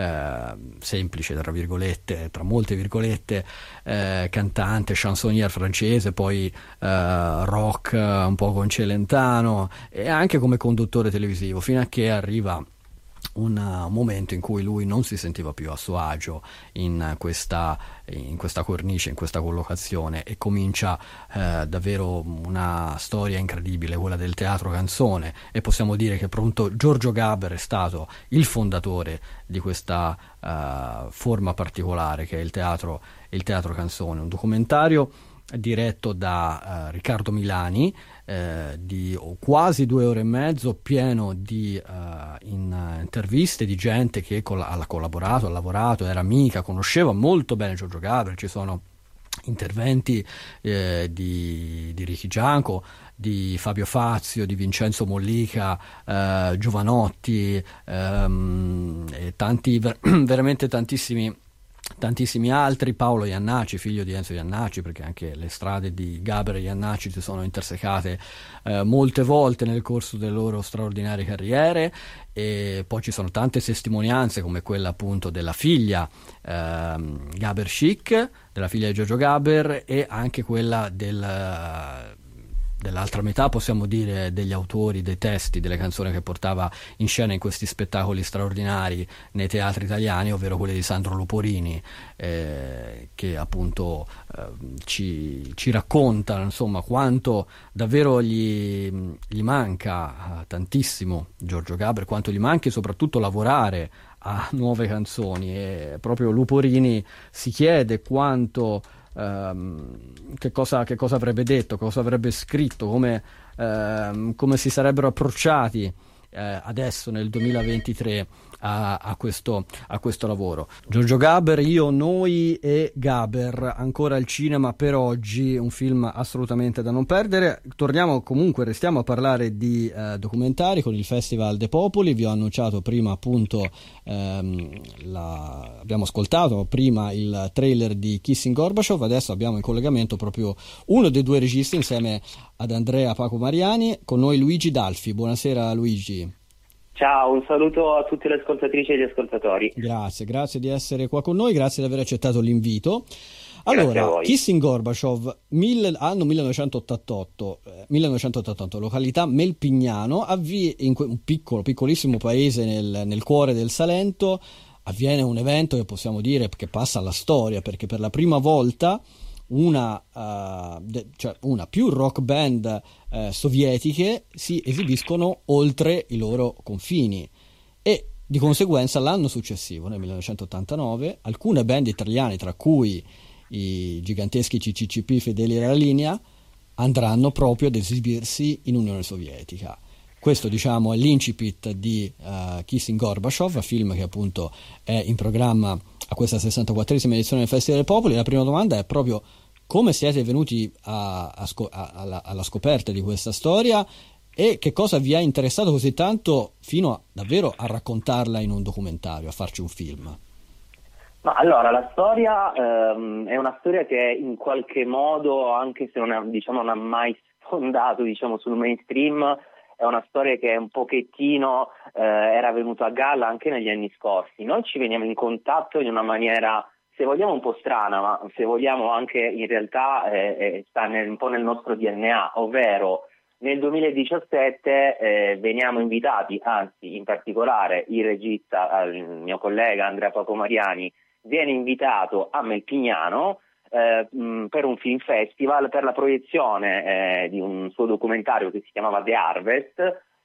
uh, semplice, tra virgolette, tra molte virgolette, uh, cantante, chansonnier francese, poi uh, rock uh, un po' con Celentano, e anche come conduttore televisivo, fino a che arriva un momento in cui lui non si sentiva più a suo agio in questa, in questa cornice, in questa collocazione, e comincia eh, davvero una storia incredibile, quella del teatro canzone, e possiamo dire che appunto Giorgio Gaber è stato il fondatore di questa uh, forma particolare che è il teatro, il teatro canzone. Un documentario diretto da uh, Riccardo Milani, eh, di quasi due ore e mezzo, pieno di uh, in, uh, interviste di gente che col- ha collaborato, ha lavorato, era amica, conosceva molto bene Giorgio Gaber. Ci sono interventi eh, di, di Ricky Gianco, di Fabio Fazio, di Vincenzo Mollica, eh, Giovanotti, ehm, e tanti, ver- veramente tantissimi tantissimi altri, Paolo Iannacci, figlio di Enzo Iannacci, perché anche le strade di Gaber e Iannacci si sono intersecate eh, molte volte nel corso delle loro straordinarie carriere. E poi ci sono tante testimonianze, come quella appunto della figlia ehm, Gaber Chic, della figlia di Giorgio Gaber, e anche quella del dell'altra metà, possiamo dire, degli autori dei testi delle canzoni che portava in scena in questi spettacoli straordinari nei teatri italiani, ovvero quelli di Sandro Luporini, eh, che appunto eh, ci, ci raccontano insomma quanto davvero gli, gli manca eh, tantissimo Giorgio Gaber, quanto gli manchi soprattutto lavorare a nuove canzoni, e proprio Luporini si chiede quanto Um, che cosa, che cosa avrebbe detto, cosa avrebbe scritto, come, um, come si sarebbero approcciati eh, adesso nel duemilaventitré a, a, questo, a questo lavoro. Giorgio Gaber, Io, Noi e Gaber, ancora al cinema per oggi, un film assolutamente da non perdere. Torniamo comunque, restiamo a parlare di eh, documentari con il Festival dei Popoli. Vi ho annunciato prima appunto ehm, la, abbiamo ascoltato prima il trailer di Kissing Gorbaciov, adesso abbiamo in collegamento proprio uno dei due registi insieme ad Andrea Paco Mariani, con noi Luigi Dalfi. Buonasera Luigi. Ciao, un saluto a tutte le ascoltatrici e gli ascoltatori. Grazie, grazie di essere qua con noi, grazie di aver accettato l'invito. Allora, Kissing Gorbaciov, mille, anno millenovecentottantotto, eh, millenovecentottantotto, località Melpignano, avvie, in que- un piccolo, piccolissimo paese nel, nel cuore del Salento, avviene un evento che possiamo dire che passa alla storia, perché per la prima volta una, uh, de, cioè una più rock band uh, sovietiche si esibiscono oltre i loro confini, e di conseguenza l'anno successivo, nel millenovecentottantanove, alcune band italiane, tra cui i giganteschi C C C P fedeli alla linea, andranno proprio ad esibirsi in Unione Sovietica. Questo, diciamo, è l'incipit di uh, Kissing Gorbaciov, film che appunto è in programma a questa sessantaquattresima edizione del Festival dei Popoli. La prima domanda è proprio: come siete venuti a, a sco- a, alla, alla scoperta di questa storia, e che cosa vi ha interessato così tanto fino a, davvero a raccontarla in un documentario, a farci un film? Ma allora, la storia ehm, è una storia che in qualche modo, anche se non, è, diciamo, non ha mai sfondato, diciamo, sul mainstream, è una storia che un pochettino eh, era venuta a galla anche negli anni scorsi. Noi ci veniamo in contatto in una maniera, se vogliamo, un po' strana, ma se vogliamo anche in realtà eh, eh, sta nel, un po' nel nostro D N A, ovvero nel duemiladiciassette eh, veniamo invitati, anzi in particolare il regista, il mio collega Andrea Papomariani, viene invitato a Melpignano eh, mh, per un film festival, per la proiezione eh, di un suo documentario che si chiamava The Harvest,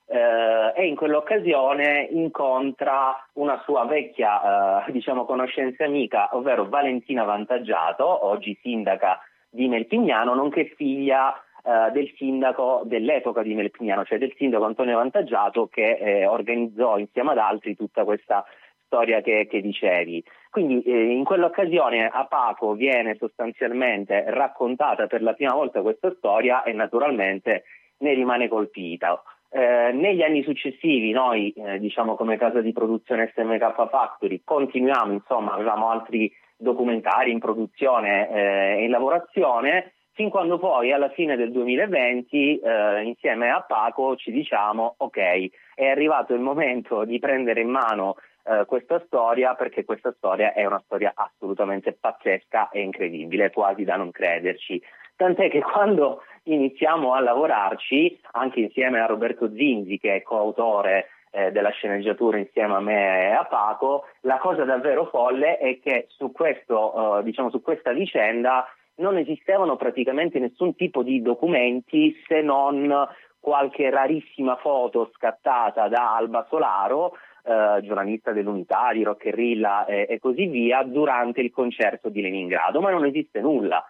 eh, e in quell'occasione incontra una sua vecchia eh, diciamo conoscenza amica, ovvero Valentina Vantaggiato, oggi sindaca di Melpignano, nonché figlia eh, del sindaco dell'epoca di Melpignano, cioè del sindaco Antonio Vantaggiato, che eh, organizzò insieme ad altri tutta questa storia che, che dicevi. Quindi eh, in quell'occasione a Paco viene sostanzialmente raccontata per la prima volta questa storia e naturalmente ne rimane colpita. Eh, negli anni successivi noi, eh, diciamo come casa di produzione S M K Factory, continuiamo, insomma, avevamo altri documentari in produzione e eh, in lavorazione, fin quando poi alla fine del duemilaventi eh, insieme a Paco ci diciamo: ok, è arrivato il momento di prendere in mano Uh, questa storia, perché questa storia è una storia assolutamente pazzesca e incredibile, quasi da non crederci. Tant'è che quando iniziamo a lavorarci, anche insieme a Roberto Zinzi, che è coautore eh, della sceneggiatura insieme a me e a Paco, la cosa davvero folle è che su questo, uh, diciamo, su questa vicenda non esistevano praticamente nessun tipo di documenti, se non qualche rarissima foto scattata da Alba Solaro, Uh, giornalista dell'Unità, di Rockerilla e, e così via, durante il concerto di Leningrado, ma non esiste nulla.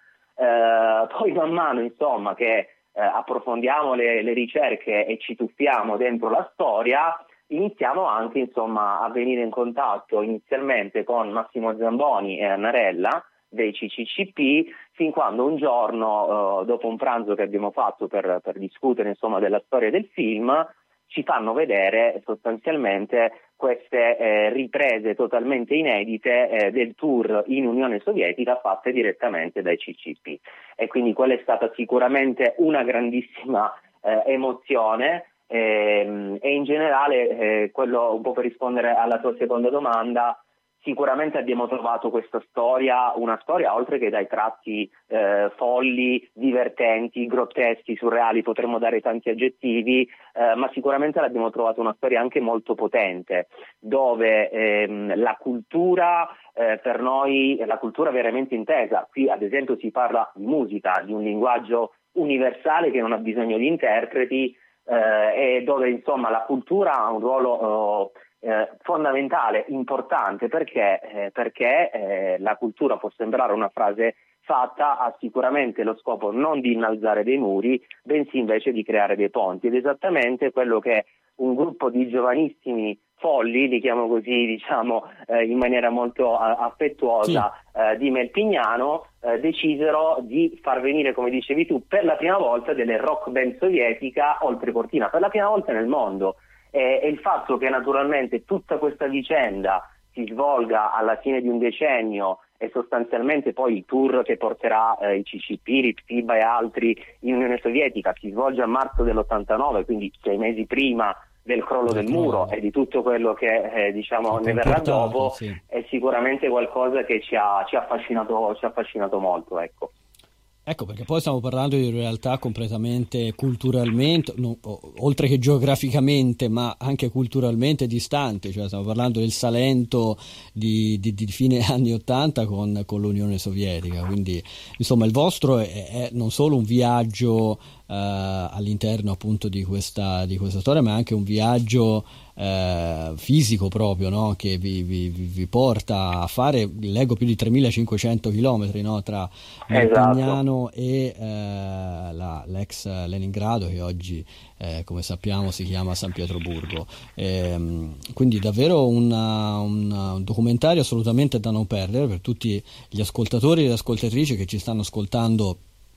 Uh, poi man mano, insomma, che uh, approfondiamo le, le ricerche e ci tuffiamo dentro la storia, iniziamo anche, insomma, a venire in contatto inizialmente con Massimo Zamboni e Annarella dei C C C P, fin quando un giorno, uh, dopo un pranzo che abbiamo fatto per, per discutere, insomma, della storia del film, ci fanno vedere sostanzialmente queste eh, riprese totalmente inedite eh, del tour in Unione Sovietica fatte direttamente dai C C P. E quindi quella è stata sicuramente una grandissima eh, emozione ehm, e in generale, eh, quello un po' per rispondere alla tua seconda domanda, sicuramente abbiamo trovato questa storia, una storia oltre che dai tratti eh, folli, divertenti, grotteschi, surreali, potremmo dare tanti aggettivi, eh, ma sicuramente l'abbiamo trovato una storia anche molto potente, dove ehm, la cultura eh, per noi, la cultura veramente intesa, qui ad esempio si parla di musica, di un linguaggio universale che non ha bisogno di interpreti, eh, e dove insomma la cultura ha un ruolo oh, Eh, fondamentale, importante, perché, eh, perché eh, la cultura, può sembrare una frase fatta, ha sicuramente lo scopo non di innalzare dei muri, bensì invece di creare dei ponti, ed esattamente quello che un gruppo di giovanissimi folli, li chiamo così, diciamo eh, in maniera molto uh, affettuosa, sì. uh, di Melpignano, uh, decisero di far venire, come dicevi tu, per la prima volta delle rock band sovietica oltre cortina, per la prima volta nel mondo. E, e il fatto che naturalmente tutta questa vicenda si svolga alla fine di un decennio e sostanzialmente poi il tour che porterà eh, i C C P, Rit Fiba e altri in Unione Sovietica si svolge a marzo dell'ottantanove, quindi sei mesi prima del crollo del muro e di tutto quello che eh, diciamo ne verrà dopo, sì. È sicuramente qualcosa che ci ha, ci ha affascinato, ci ha affascinato molto, ecco. Ecco, perché poi stiamo parlando di realtà completamente culturalmente, no, oltre che geograficamente, ma anche culturalmente distanti, cioè stiamo parlando del Salento di, di, di fine anni ottanta con, con l'Unione Sovietica, quindi insomma il vostro è, è non solo un viaggio Uh, all'interno appunto di questa, di questa storia, ma anche un viaggio uh, fisico proprio, no? Che vi, vi, vi porta a fare, leggo, più di tremilacinquecento chilometri, no? Tra Melpignano esatto. e uh, la, l'ex Leningrado, che oggi eh, come sappiamo si chiama San Pietroburgo. E, quindi davvero una, una, un documentario assolutamente da non perdere per tutti gli ascoltatori e le ascoltatrici che ci stanno ascoltando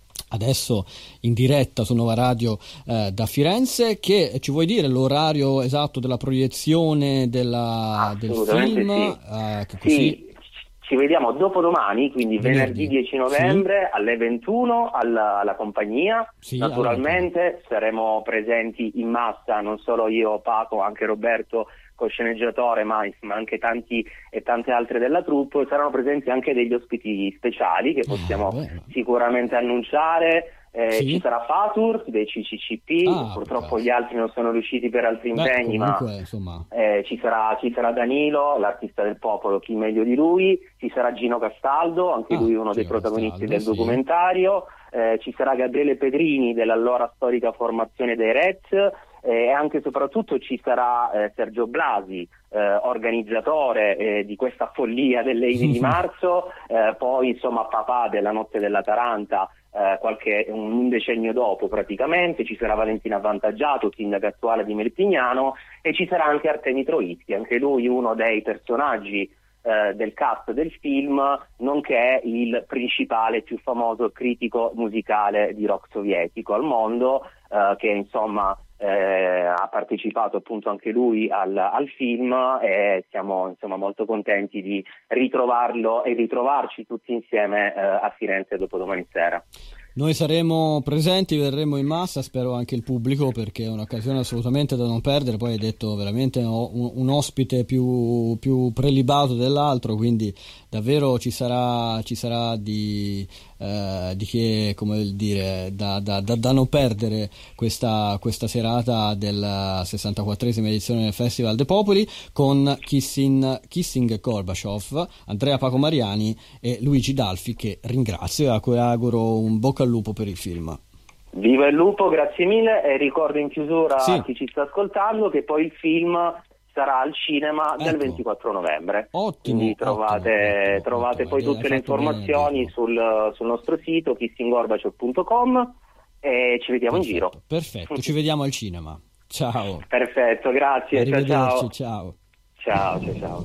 adesso in diretta su Nova Radio eh, da Firenze. Che ci vuoi dire l'orario esatto della proiezione della, del film? Sì. Eh, che così... sì, ci vediamo dopodomani, quindi venerdì, venerdì dieci novembre, sì. alle ventuno alla, alla compagnia. Sì, naturalmente allora. Saremo presenti in massa, non solo io, Paco, anche Roberto, sceneggiatore, ma insomma anche tanti e tante altre della troupe. Saranno presenti anche degli ospiti speciali che possiamo ah, sicuramente annunciare. Eh, sì. Ci sarà Fatur dei C C C P, ah, purtroppo okay. Gli altri non sono riusciti per altri impegni. Beh, comunque, ma insomma... eh, ci, sarà, ci sarà Danilo, l'artista del popolo, chi meglio di lui, ci sarà Gino Castaldo, anche ah, lui uno Gino dei protagonisti Castaldo, del sì. documentario, eh, ci sarà Gabriele Pedrini dell'allora storica formazione dei Reds, eh, e anche e soprattutto ci sarà eh, Sergio Blasi, eh, organizzatore eh, di questa follia delle Idi di marzo, eh, poi insomma papà della Notte della Taranta, eh, qualche un, un decennio dopo praticamente. Ci sarà Valentina Avvantaggiato, sindaco attuale di Melpignano, e ci sarà anche Artemi Troitsky, anche lui uno dei personaggi eh, del cast del film, nonché il principale, più famoso critico musicale di rock sovietico al mondo, eh, che insomma Eh, ha partecipato appunto anche lui al, al film, e siamo insomma molto contenti di ritrovarlo e ritrovarci tutti insieme eh, a Firenze dopodomani sera. Noi saremo presenti, verremo in massa, spero anche il pubblico, perché è un'occasione assolutamente da non perdere. Poi hai detto veramente un, un ospite più, più prelibato dell'altro, quindi davvero ci sarà, ci sarà di, eh, di che, come dire, da, da, da, da non perdere questa, questa serata della sessantaquattresima edizione del Festival dei Popoli, con Kissing, Kissing Gorbaciov, Andrea Paco Mariani e Luigi Dalfi, che ringrazio e a cui auguro un bocca al lupo per il film. Viva il lupo, grazie mille, e ricordo in chiusura sì. a chi ci sta ascoltando che poi il film sarà al cinema ecco. del ventiquattro novembre. Ottimo. Quindi trovate, ottimo, trovate ottimo, poi tutte le informazioni sul, sul nostro sito kissing gorbaciov punto com e ci vediamo perfetto, in giro. Perfetto, ci vediamo al cinema. Ciao. Perfetto, grazie. Arrivederci, ciao. Ciao, ciao, ciao. ciao.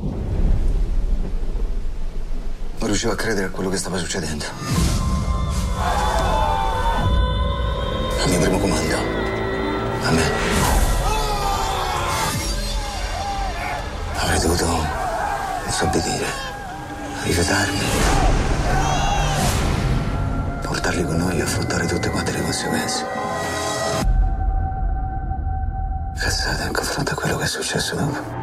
Non riuscivo a credere a quello che stava succedendo. Al mio primo comando. A me. Avrei dovuto disobbedire, rifiutarmi, portarli con noi e affrontare tutte quante le conseguenze. Cazzata in confronto a quello che è successo dopo.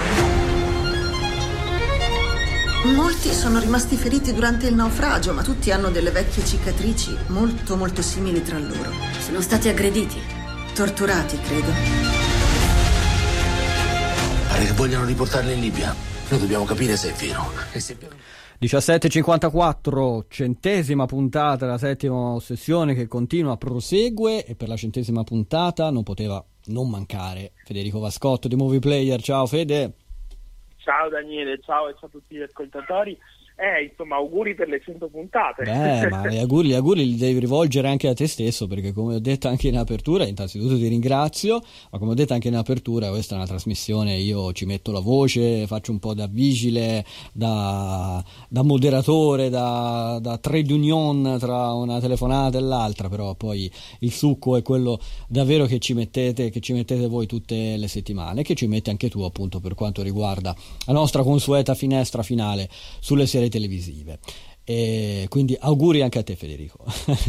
Molti sono rimasti feriti durante il naufragio, ma tutti hanno delle vecchie cicatrici molto molto simili tra loro. Sono stati aggrediti. Torturati, credo. Pare che vogliano riportarli in Libia. Noi dobbiamo capire se è vero. E se è vero... diciassette e cinquantaquattro, centesima puntata della settima ossessione che continua, prosegue, e per la centesima puntata non poteva non mancare Federico Vascotto di Movie Player. Ciao Fede. Ciao Daniele, ciao e ciao a tutti gli ascoltatori. Eh, insomma, auguri per le cento puntate. Beh, ma gli auguri, gli auguri li devi rivolgere anche a te stesso, perché come ho detto anche in apertura, innanzitutto ti ringrazio, ma come ho detto anche in apertura, questa è una trasmissione, io ci metto la voce, faccio un po' da vigile, da, da moderatore, da, da trade union tra una telefonata e l'altra, però poi il succo è quello davvero che ci mettete, che ci mettete voi tutte le settimane, che ci mette anche tu appunto per quanto riguarda la nostra consueta finestra finale sulle serie televisive. E quindi auguri anche a te, Federico.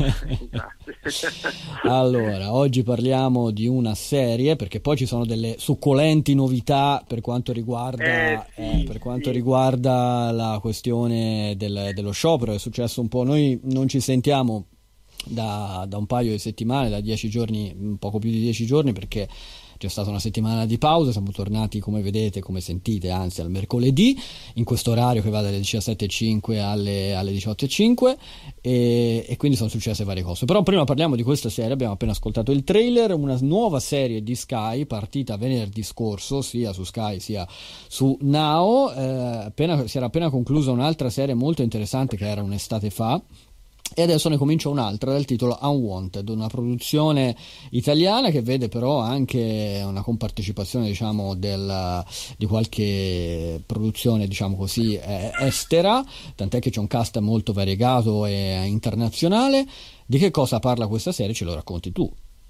Allora, oggi parliamo di una serie, perché poi ci sono delle succulenti novità per quanto riguarda eh, sì, eh, per quanto sì. riguarda la questione del, dello sciopero. È successo un po', noi non ci sentiamo da, da un paio di settimane, da dieci giorni, un poco più di dieci giorni, perché c'è stata una settimana di pausa. Siamo tornati, come vedete, come sentite, anzi al mercoledì, in questo orario che va dalle diciassette e cinque alle, alle diciotto e cinque, e, e quindi sono successe varie cose. Però prima parliamo di questa serie. Abbiamo appena ascoltato il trailer, una nuova serie di Sky partita venerdì scorso, sia su Sky sia su Now. Eh, appena, si era appena conclusa un'altra serie molto interessante che era un'estate fa, e adesso ne comincia un'altra dal titolo Unwanted, una produzione italiana che vede però anche una compartecipazione, diciamo, del, di qualche produzione, diciamo così, eh, estera, tant'è che c'è un cast molto variegato e internazionale. Di che cosa parla questa serie? Ce lo racconti tu.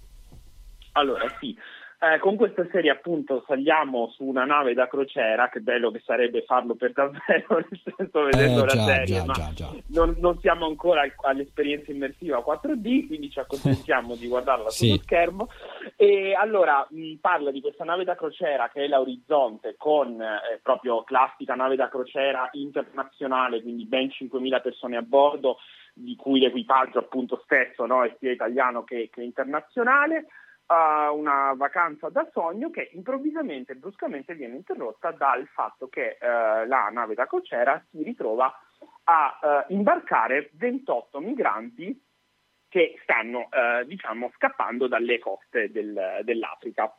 Allora sì, eh, con questa serie appunto saliamo su una nave da crociera. Che bello che sarebbe farlo per davvero, nel senso, vedendo eh, già, la serie, già, ma già, già. Non, non siamo ancora all'esperienza immersiva quattro D, quindi ci accontentiamo di guardarla sì. sullo schermo. E allora mh, parla di questa nave da crociera che è l'Orizzonte, con eh, proprio classica nave da crociera internazionale, quindi ben cinquemila persone a bordo, di cui l'equipaggio appunto stesso, no, è sia italiano che, che internazionale. Uh, una vacanza da sogno che improvvisamente e bruscamente viene interrotta dal fatto che uh, la nave da crociera si ritrova a uh, imbarcare ventotto migranti che stanno uh, diciamo scappando dalle coste del, dell'Africa.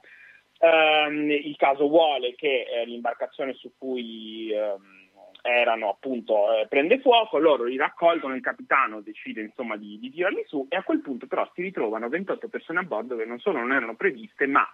Uh, il caso vuole che uh, l'imbarcazione su cui uh, erano appunto eh, prende fuoco, loro li raccolgono, il capitano decide insomma di, di tirarli su, e a quel punto però si ritrovano ventotto persone a bordo che non solo non erano previste, ma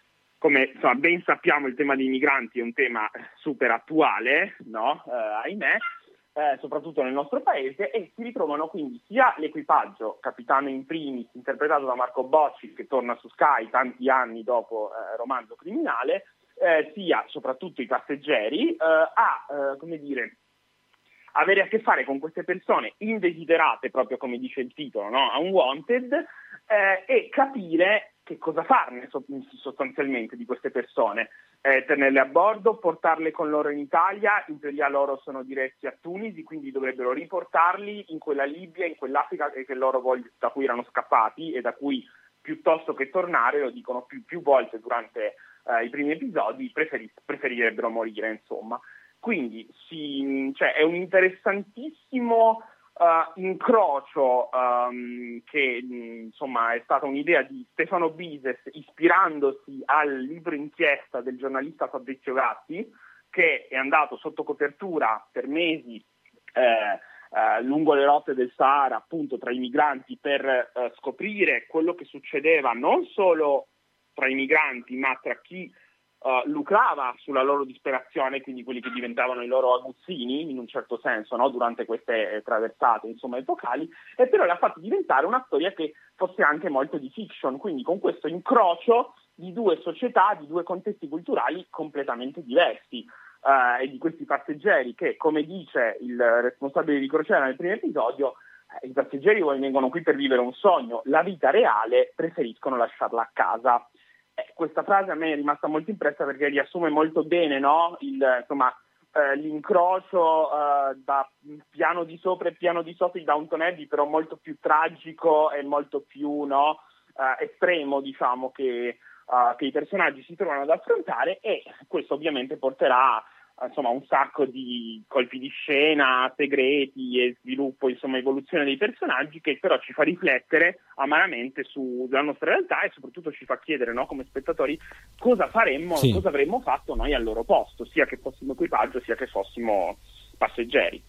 come insomma, ben sappiamo il tema dei migranti è un tema super attuale, no? Eh, ahimè, eh, soprattutto nel nostro paese, e si ritrovano quindi sia l'equipaggio, capitano in primis, interpretato da Marco Bocci, che torna su Sky tanti anni dopo eh, Romanzo Criminale, Eh, sia soprattutto i passeggeri, eh, a eh, come dire, avere a che fare con queste persone indesiderate, proprio come dice il titolo, no? Unwanted, eh, e capire che cosa farne sostanzialmente di queste persone, eh, tenerle a bordo, portarle con loro in Italia. In teoria loro sono diretti a Tunisi, quindi dovrebbero riportarli in quella Libia, in quell'Africa che loro voglio, da cui erano scappati e da cui, piuttosto che tornare, lo dicono più, più volte durante Uh, i primi episodi, preferi- preferirebbero morire, insomma. Quindi si, cioè, è un interessantissimo uh, incrocio um, che insomma è stata un'idea di Stefano Bises, ispirandosi al libro inchiesta del giornalista Fabrizio Gatti, che è andato sotto copertura per mesi eh, Uh, lungo le rotte del Sahara, appunto tra i migranti, per uh, scoprire quello che succedeva non solo tra i migranti, ma tra chi uh, lucrava sulla loro disperazione, quindi quelli che diventavano i loro aguzzini, in un certo senso, no? Durante queste eh, traversate, insomma, epocali, e però l'ha fatto diventare una storia che fosse anche molto di fiction, quindi con questo incrocio di due società, di due contesti culturali completamente diversi. Uh, e di questi passeggeri che, come dice il responsabile di crociera nel primo episodio, eh, i passeggeri vengono qui per vivere un sogno, la vita reale preferiscono lasciarla a casa. Eh, questa frase a me è rimasta molto impressa perché riassume molto bene, no? Il, insomma, eh, l'incrocio eh, da piano di sopra e piano di sotto di Downton Abbey, però molto più tragico e molto più, no, eh, estremo, diciamo, che Uh, che i personaggi si trovano ad affrontare, e questo ovviamente porterà uh, insomma un sacco di colpi di scena, segreti e sviluppo, insomma evoluzione dei personaggi, che però ci fa riflettere amaramente sulla nostra realtà e soprattutto ci fa chiedere, no, come spettatori, cosa faremmo, sì. cosa avremmo fatto noi al loro posto, sia che fossimo equipaggio sia che fossimo passeggeri.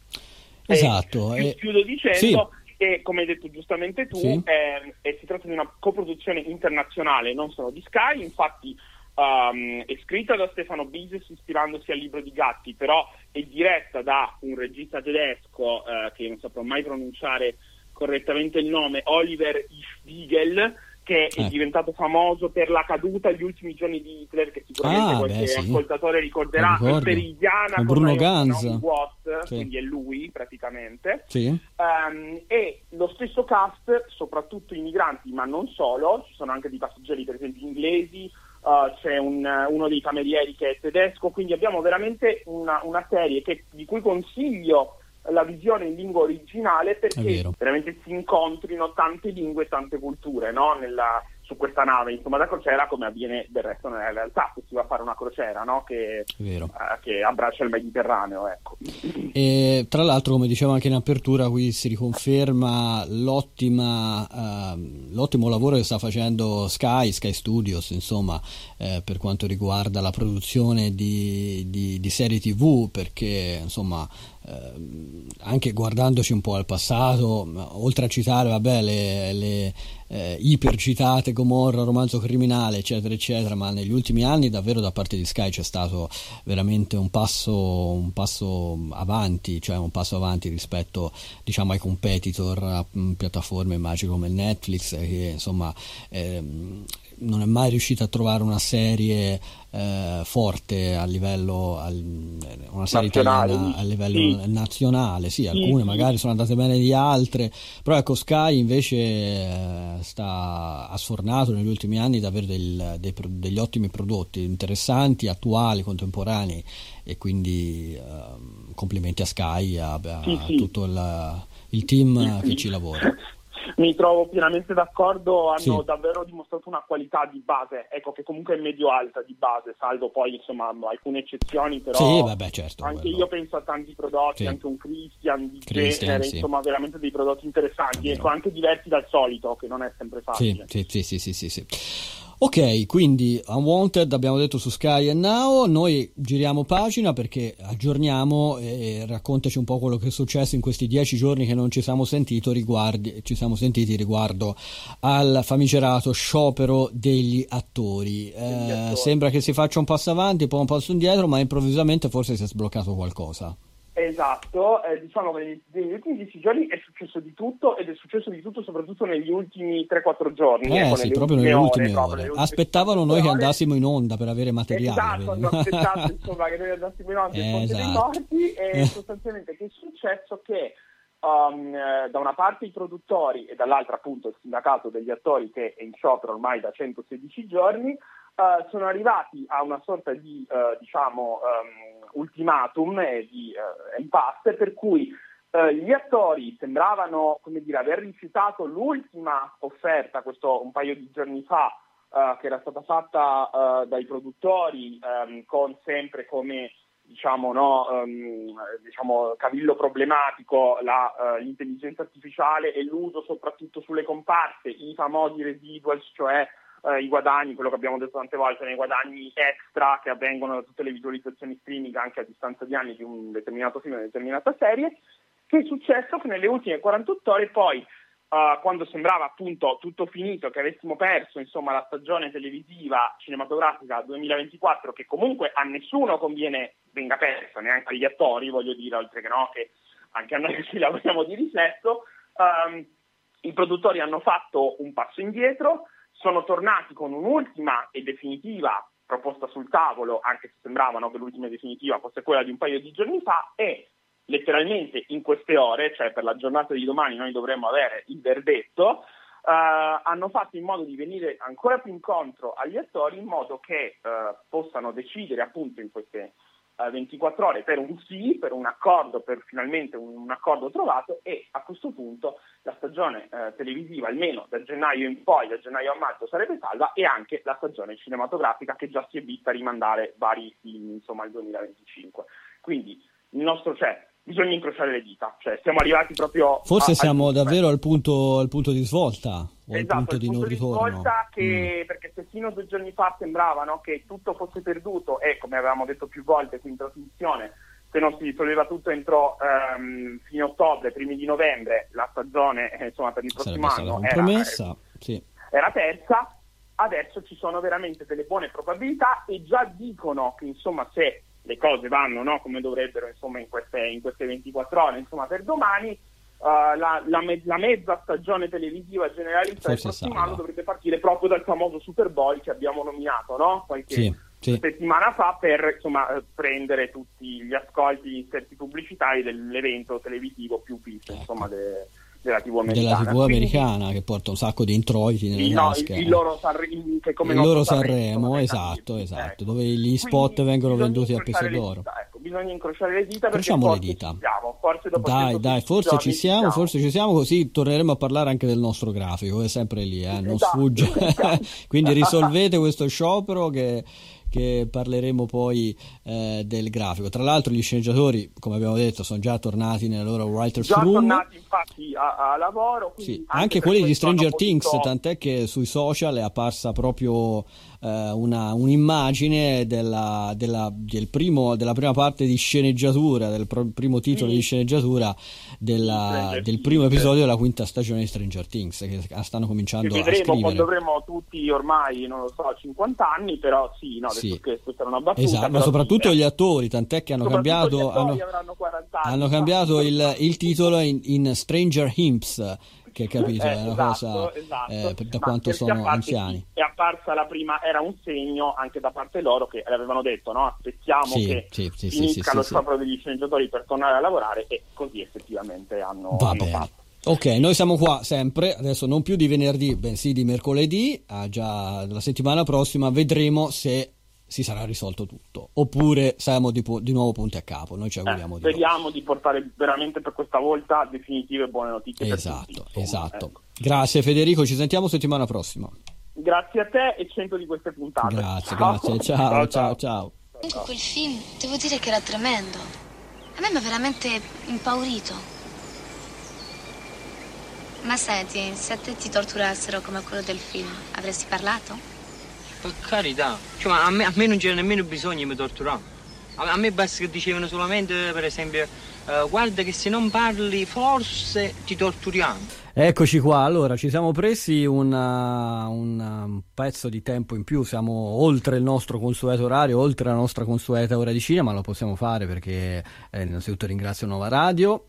Esatto. E, e... chiudo dicendo sì. che, come hai detto giustamente tu, sì. eh, eh, si tratta di una coproduzione internazionale, non solo di Sky. Infatti um, è scritta da Stefano Bises ispirandosi al libro di Gatti, però è diretta da un regista tedesco eh, che non saprò mai pronunciare correttamente il nome, Oliver Ischwigel, che è eh. diventato famoso per La caduta, Gli ultimi giorni di Hitler, che sicuramente ah, qualche beh, sì. ascoltatore ricorderà, e per Indiana con Bruno Ganz. sì. quindi è lui praticamente, sì. um, e lo stesso cast, soprattutto i migranti, ma non solo, ci sono anche dei passeggeri per esempio inglesi, uh, c'è un, uno dei camerieri che è tedesco, quindi abbiamo veramente una, una serie che, di cui consiglio la visione in lingua originale, perché veramente si incontrino tante lingue e tante culture, no? Nella, su questa nave, insomma, da crociera, come avviene del resto nella realtà, se si va a fare una crociera, no? Che, uh, che abbraccia il Mediterraneo, ecco. E tra l'altro, come dicevo anche in apertura, qui si riconferma l'ottima uh, l'ottimo lavoro che sta facendo Sky, Sky Studios, insomma, eh, per quanto riguarda la produzione di, di, di serie tivù, perché insomma eh, anche guardandoci un po' al passato, oltre a citare vabbè le, le eh, ipercitate Gomorra, Romanzo criminale, eccetera eccetera, ma negli ultimi anni davvero da parte di Sky c'è stato veramente un passo un passo avanti, cioè un passo avanti rispetto, diciamo, ai competitor, a piattaforme immagino come Netflix, che insomma ehm, non è mai riuscita a trovare una serie eh, forte a livello al, una serie nazionale, italiana a livello sì. nazionale, sì, sì, alcune sì. magari sono andate bene di altre, però ecco Sky invece eh, sta ha sfornato negli ultimi anni davvero del, dei, degli ottimi prodotti interessanti, attuali, contemporanei, e quindi eh, complimenti a Sky, a, a sì, sì. tutto il, il team sì, che sì. ci lavora. Mi trovo pienamente d'accordo, hanno Sì. davvero dimostrato una qualità di base, ecco, che comunque è medio-alta di base, salvo poi insomma alcune eccezioni, però sì, vabbè, certo, anche quello. Io penso a tanti prodotti, Sì. anche un Christian di Christian, genere, sì. insomma veramente dei prodotti interessanti, ecco, anche diversi dal solito, che non è sempre facile. Sì, sì, sì, sì, sì, sì. Ok, quindi Unwanted abbiamo detto su Sky and Now, noi giriamo pagina perché aggiorniamo e raccontaci un po' quello che è successo in questi dieci giorni che non ci siamo sentito riguardi, ci siamo sentiti riguardo al famigerato sciopero degli attori. Degli Eh, attori. sembra che si faccia un passo avanti, poi un passo indietro, ma improvvisamente forse si è sbloccato qualcosa. Esatto, eh, diciamo che negli, negli ultimi dieci giorni è successo di tutto, ed è successo di tutto soprattutto negli ultimi tre quattro giorni. Eh ecco, sì, nelle proprio nelle ultime ore. proprio, nelle ultime Aspettavano noi che ore. andassimo in onda per avere materiale. Esatto, hanno aspettato insomma che noi andassimo in onda Eh, il Ponte dei esatto. Morti, e sostanzialmente che è successo? Che um, eh, da una parte i produttori e dall'altra appunto il sindacato degli attori, che è in sciopero ormai da centosedici giorni, Uh, sono arrivati a una sorta di uh, diciamo um, ultimatum e di uh, impasse, per cui uh, gli attori sembravano, come dire, aver rifiutato l'ultima offerta, questo un paio di giorni fa, uh, che era stata fatta uh, dai produttori, um, con sempre come diciamo no um, diciamo cavillo problematico la, uh, l'intelligenza artificiale e l'uso soprattutto sulle comparse, i famosi residuals, cioè Uh, i guadagni, quello che abbiamo detto tante volte, nei guadagni extra che avvengono da tutte le visualizzazioni streaming anche a distanza di anni di un determinato film, una determinata serie. Che è successo? Che nelle ultime quarantotto ore poi, uh, quando sembrava appunto tutto finito, che avessimo perso insomma la stagione televisiva cinematografica duemilaventiquattro, che comunque a nessuno conviene venga persa, neanche agli attori, voglio dire, oltre che no, che anche a noi che ci lavoriamo di riflesso, um, i produttori hanno fatto un passo indietro, sono tornati con un'ultima e definitiva proposta sul tavolo, anche se sembravano che l'ultima e definitiva fosse quella di un paio di giorni fa, e letteralmente in queste ore, cioè per la giornata di domani noi dovremmo avere il verdetto, eh, hanno fatto in modo di venire ancora più incontro agli attori, in modo che eh, possano decidere appunto in queste eh, ventiquattro ore per un sì, per un accordo, per finalmente un, un accordo trovato, e a questo punto la stagione eh, televisiva, almeno da gennaio in poi, da gennaio a marzo, sarebbe salva, e anche la stagione cinematografica, che già si è vista rimandare vari film insomma al duemilaventicinque. Quindi il nostro c'è, bisogna incrociare le dita, cioè siamo arrivati proprio forse a, siamo al davvero al punto, al punto di svolta o esatto, al punto di non ritorno, svolta che, mm. perché se fino a due giorni fa sembrava no, che tutto fosse perduto, e come avevamo detto più volte qui in trasmissione, se non si risolveva tutto entro um, fine ottobre, primi di novembre, la stagione eh, insomma per il prossimo sarebbe anno stata compromessa, era, sì. era persa. Adesso ci sono veramente delle buone probabilità, e già dicono che insomma se le cose vanno no, come dovrebbero insomma in queste, in queste ventiquattro ore, insomma per domani uh, la, la, me- la mezza stagione televisiva generalista del prossimo anno dovrebbe partire proprio dal famoso Super Bowl che abbiamo nominato no? qualche, sì. sì. settimana fa per insomma prendere tutti gli ascolti, gli inserti pubblicitari dell'evento televisivo più visto, ecco. insomma, de, della tivù americana. Della tivù americana, quindi, che porta un sacco di introiti nelle no, tasche. Il, il loro, Sanremo, che come il loro Sanremo, Sanremo esatto, esatto, ecco. Dove gli spot quindi vengono venduti a peso d'oro. Dita, ecco, bisogna incrociare le dita, Incrociamo perché le dita. Siamo, forse dopo dai, dai, forse ci siamo, siamo, forse ci siamo, così torneremo a parlare anche del nostro grafico, è sempre lì, eh, non esatto, sfugge. esatto. Quindi risolvete questo sciopero che che parleremo poi eh, del grafico. Tra l'altro gli sceneggiatori, come abbiamo detto, sono già tornati nella loro writer's già room. tornati infatti a, a lavoro. Sì, anche, anche quelli di Stranger potuto... Things, tant'è che sui social è apparsa proprio eh, una, un'immagine della, della, del primo, della prima parte di sceneggiatura, del pr- primo titolo sì. di sceneggiatura della, del primo episodio della quinta stagione di Stranger Things, che stanno cominciando che vedremo, a scrivere. Poi dovremo tutti ormai, non lo so, cinquanta anni, però sì, no, sì. che questa era una battuta. Esatto, ma soprattutto sì, gli attori, tant'è che hanno cambiato, hanno, hanno cambiato il, il titolo in, in Stranger Hymns, che capito, eh, è una esatto, cosa esatto. Eh, per, da ma quanto sono parte, anziani. È apparsa la prima, era un segno anche da parte loro che avevano detto, no? Aspettiamo sì, che sì, sì, finisca sì, lo sì, sciopero sì. degli sceneggiatori per tornare a lavorare, e così effettivamente hanno, Va hanno bene. fatto. Ok, noi siamo qua sempre, adesso non più di venerdì, bensì di mercoledì, ah, già la settimana prossima vedremo se si sarà risolto tutto, oppure siamo di, di nuovo punti a capo. Noi ci auguriamo eh, di speriamo di portare veramente per questa volta definitive buone notizie. Esatto, per tutti, esatto. Ecco. Grazie Federico, ci sentiamo settimana prossima. Grazie a te e cento di queste puntate. Grazie, ciao. grazie, ciao, ciao, ciao. ciao. Comunque quel film, devo dire che era tremendo. A me mi ha veramente impaurito. Ma senti, se a te ti torturassero come quello del film, avresti parlato? Per carità, cioè, a, me, a me non c'era nemmeno bisogno di mi torturare. A, a me basta che dicevano solamente, per esempio, uh, guarda che se non parli forse ti torturiamo. Eccoci qua, allora ci siamo presi una, una, un pezzo di tempo in più, siamo oltre il nostro consueto orario, oltre la nostra consueta ora di cinema, lo possiamo fare perché eh, innanzitutto ringrazio Nova Radio,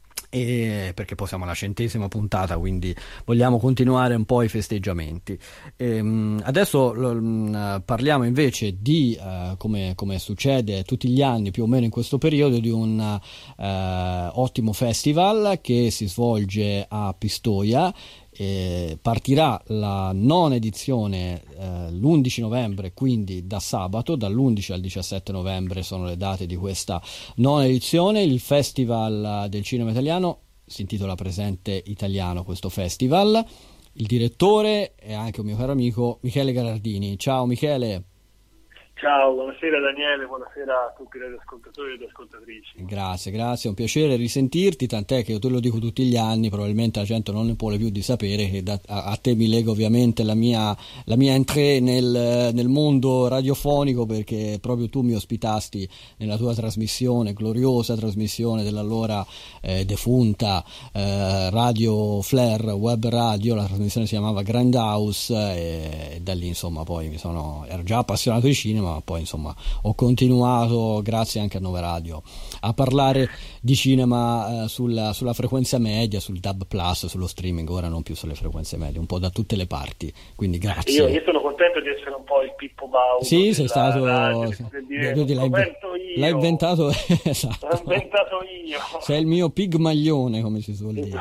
e perché poi siamo alla centesima puntata, quindi vogliamo continuare un po' i festeggiamenti. Ehm, adesso l- parliamo invece di uh, come, come succede tutti gli anni più o meno in questo periodo, di un uh, ottimo festival che si svolge a Pistoia. Eh, partirà la nona edizione eh, l'undici novembre, quindi da sabato, dall'undici al diciassette novembre sono le date di questa nona edizione. Il Festival del Cinema Italiano si intitola Presente Italiano, questo festival. Il direttore è anche un mio caro amico Michele Garardini. Ciao Michele. Ciao, buonasera Daniele, buonasera a tutti gli ascoltatori ed ascoltatrici. Grazie, grazie, è un piacere risentirti, tant'è che io te lo dico tutti gli anni, probabilmente la gente non ne vuole più di sapere che da, a, a te mi lega ovviamente la mia, la mia entrée nel, nel mondo radiofonico, perché proprio tu mi ospitasti nella tua trasmissione, gloriosa trasmissione dell'allora eh, defunta eh, Radio Flair, web radio, la trasmissione si chiamava Grindhouse e, e da lì insomma poi mi sono, ero già appassionato di cinema, ma poi insomma ho continuato, grazie anche a Nova Radio, a parlare di cinema eh, sulla, sulla frequenza media, sul D A B plus, sullo streaming, ora non più sulle frequenze medie, un po' da tutte le parti, quindi grazie. Io, io sono contento di essere un po' il Pippo Baudo. Sì, sei stato radio, dire, l'hai, l'hai inventato esatto. L'ho inventato io. Sei il mio pigmaglione, come si suol dire.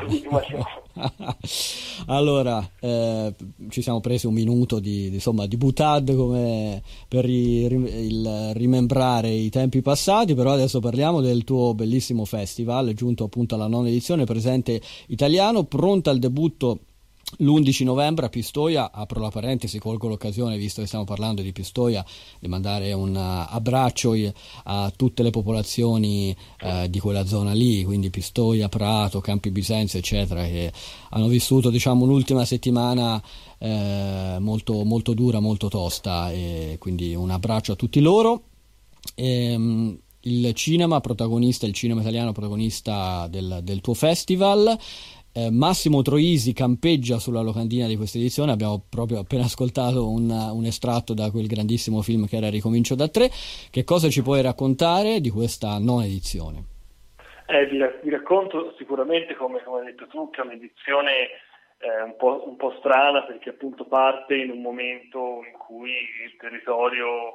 Allora eh, ci siamo presi un minuto di, di insomma di butad come per ri, il rimembrare i tempi passati, però adesso parliamo del tuo bellissimo festival giunto appunto alla nona edizione, Presente Italiano, pronta al debutto l'undici novembre a Pistoia. Apro la parentesi, colgo l'occasione, visto che stiamo parlando di Pistoia, di mandare un uh, abbraccio a tutte le popolazioni uh, di quella zona lì, quindi Pistoia, Prato, Campi Bisenzio eccetera, che hanno vissuto diciamo un'ultima settimana eh, molto, molto dura, molto tosta, e quindi un abbraccio a tutti loro. E, um, il cinema protagonista, il cinema italiano protagonista del, del tuo festival. Eh, Massimo Troisi campeggia sulla locandina di questa edizione. Abbiamo proprio appena ascoltato un, un estratto da quel grandissimo film che era Ricomincio da tre. Che cosa ci puoi raccontare di questa nona edizione? Eh, vi, vi racconto sicuramente, come, come hai detto tu, che è un'edizione eh, un, po', un po' strana, perché appunto parte in un momento in cui il territorio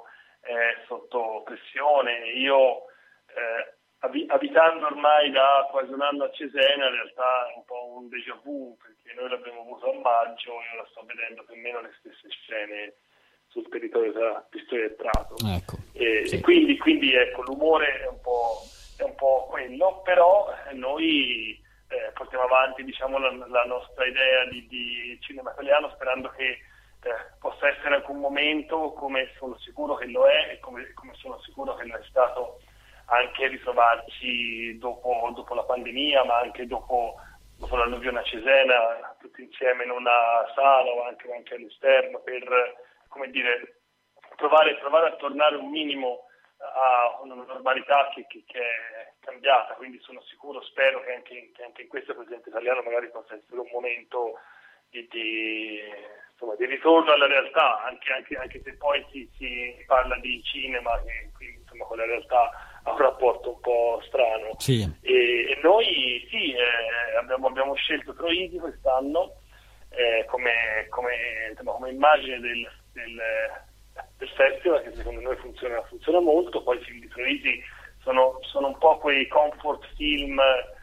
è sotto pressione. Io eh, abitando ormai da quasi un anno a Cesena, in realtà è un po' un déjà vu, perché noi l'abbiamo avuto a maggio e ora sto vedendo più o meno le stesse scene sul territorio tra Pistoia e Prato. Ecco, e, sì. e quindi, quindi ecco, l'umore è un po', è un po' quello, però noi eh, portiamo avanti, diciamo, la, la nostra idea di, di cinema italiano, sperando che eh, possa essere anche un momento, come sono sicuro che lo è e come, come sono sicuro che lo è stato anche ritrovarci dopo, dopo la pandemia, ma anche dopo, dopo l'alluvione a Cesena, tutti insieme in una sala o anche, anche all'esterno, per, come dire, provare, provare a tornare un minimo a una normalità che, che, che è cambiata. Quindi sono sicuro, spero che anche, che anche in questo presidente italiano magari possa essere un momento di, di, insomma, di ritorno alla realtà, anche, anche, anche se poi si, si parla di cinema che quindi, insomma, con la realtà ha un rapporto un po' strano. Sì. E, e noi sì, eh, abbiamo, abbiamo scelto Troisi quest'anno eh, come, come, insomma, come immagine del, del, del festival, che secondo noi funziona, funziona molto. Poi i film di Troisi sono, sono un po' quei comfort film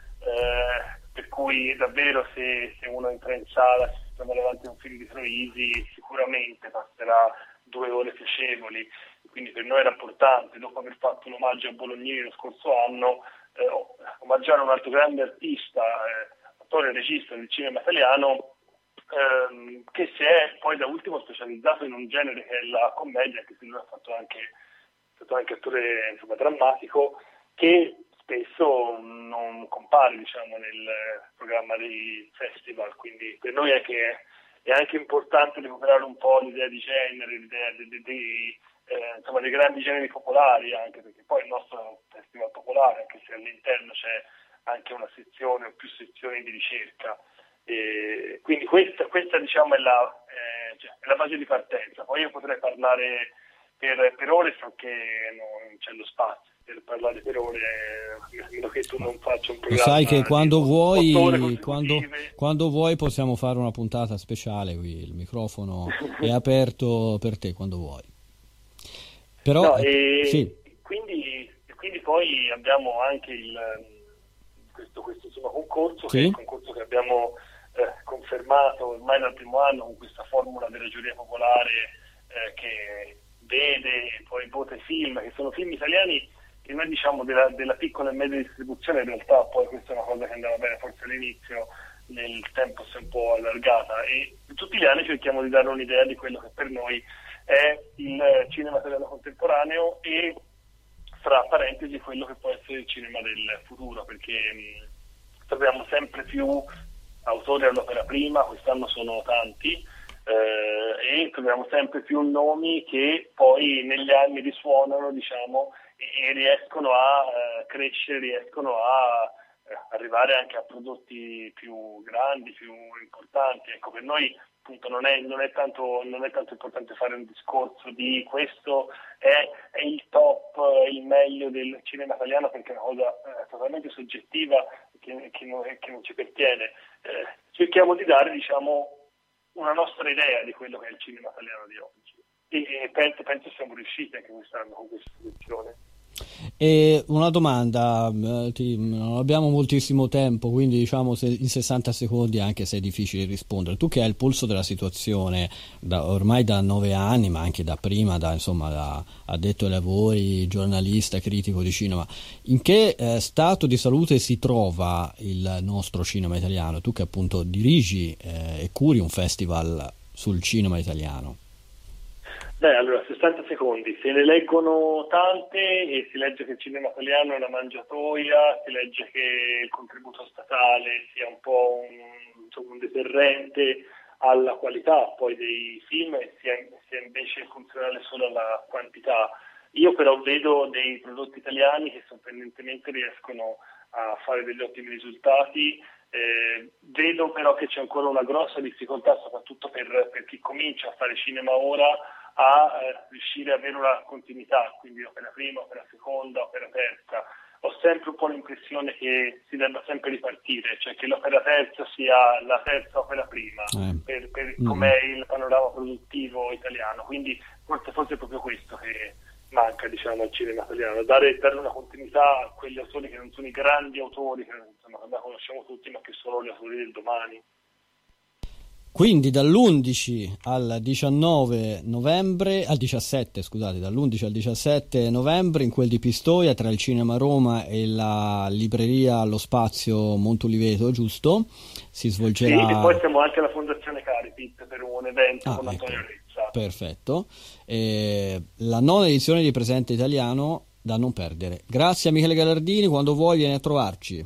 eh, per cui davvero se, se uno entra in sala, si trova davanti a un film di Troisi, sicuramente passerà due ore piacevoli. Quindi per noi era importante, dopo aver fatto un omaggio a Bolognini lo scorso anno, eh, omaggiare un altro grande artista, eh, attore e regista del cinema italiano, ehm, che si è poi da ultimo specializzato in un genere che è la commedia, anche se lui ha fatto anche, è stato anche attore, insomma, drammatico, che spesso non compare, diciamo, nel programma dei festival. Quindi per noi è che è anche importante recuperare un po' l'idea di genere, l'idea di, di, di Eh, insomma, dei grandi generi popolari, anche perché poi il nostro è un festival popolare, anche se all'interno c'è anche una sezione o più sezioni di ricerca. E quindi questa, questa diciamo è la, eh, cioè, è la base di partenza. Poi io potrei parlare per, per ore, so che non c'è lo spazio per parlare per ore, a meno che tu non faccia un programma. Sai che quando vuoi, quando, quando vuoi possiamo fare una puntata speciale qui, il microfono è aperto per te quando vuoi. Però, no, e sì. quindi, quindi poi abbiamo anche il, questo, questo insomma, concorso, sì. che è il concorso che abbiamo eh, confermato ormai dal primo anno con questa formula della giuria popolare eh, che vede poi vota i film, che sono film italiani che noi diciamo della, della piccola e media distribuzione. In realtà poi questa è una cosa che andava bene forse all'inizio, nel tempo si è un po' allargata, e tutti gli anni cerchiamo di dare un'idea di quello che per noi è il cinema italiano contemporaneo e, fra parentesi, quello che può essere il cinema del futuro, perché mh, troviamo sempre più autori all'opera prima, quest'anno sono tanti, eh, e troviamo sempre più nomi che poi negli anni risuonano, diciamo, e, e riescono a eh, crescere, riescono a eh, arrivare anche a prodotti più grandi, più importanti. Ecco, per noi appunto non è, non è tanto non è tanto importante fare un discorso di questo è, è il top, è il meglio del cinema italiano, perché è una cosa eh, totalmente soggettiva che, che, non, che non ci pertiene. Eh, cerchiamo di dare, diciamo, una nostra idea di quello che è il cinema italiano di oggi, e, e penso, penso siamo riusciti anche quest'anno con questa selezione. E una domanda, ti, non abbiamo moltissimo tempo, quindi diciamo se in sessanta secondi, anche se è difficile rispondere. Tu che hai il polso della situazione da, ormai da nove anni, ma anche da prima, da, insomma, da addetto ai lavori, giornalista, critico di cinema, in che eh, stato di salute si trova il nostro cinema italiano? Tu che appunto dirigi eh, e curi un festival sul cinema italiano. Beh, allora, sessanta secondi, se ne leggono tante e si legge che il cinema italiano è una mangiatoia, si legge che il contributo statale sia un po' un, insomma, un deterrente alla qualità poi dei film e sia, sia invece funzionale solo alla quantità. Io però vedo dei prodotti italiani che sorprendentemente riescono a fare degli ottimi risultati. Eh, vedo però che c'è ancora una grossa difficoltà, soprattutto per, per chi comincia a fare cinema ora, a eh, riuscire ad avere una continuità, quindi opera prima, opera seconda, opera terza. Ho sempre un po' l'impressione che si debba sempre ripartire, cioè che l'opera terza sia la terza opera prima, eh. per, per mm. com'è il panorama produttivo italiano. Quindi forse, forse è proprio questo che, manca, diciamo, al cinema italiano, dare, dare una continuità a quegli autori che non sono i grandi autori che insomma noi conosciamo tutti, ma che sono gli autori del domani. Quindi dall'undici al diciannove novembre, al diciassette scusate, dall'undici al diciassette novembre in quel di Pistoia, tra il Cinema Roma e la libreria Allo Spazio Montoliveto, giusto? Si svolgerà. Sì, e poi siamo anche alla Fondazione Caripit per un evento ah, con ecco. Antonio Rezza. Perfetto. Eh, la nona edizione di Presente Italiano da non perdere. Grazie a Michele Galardini, quando vuoi vieni a trovarci.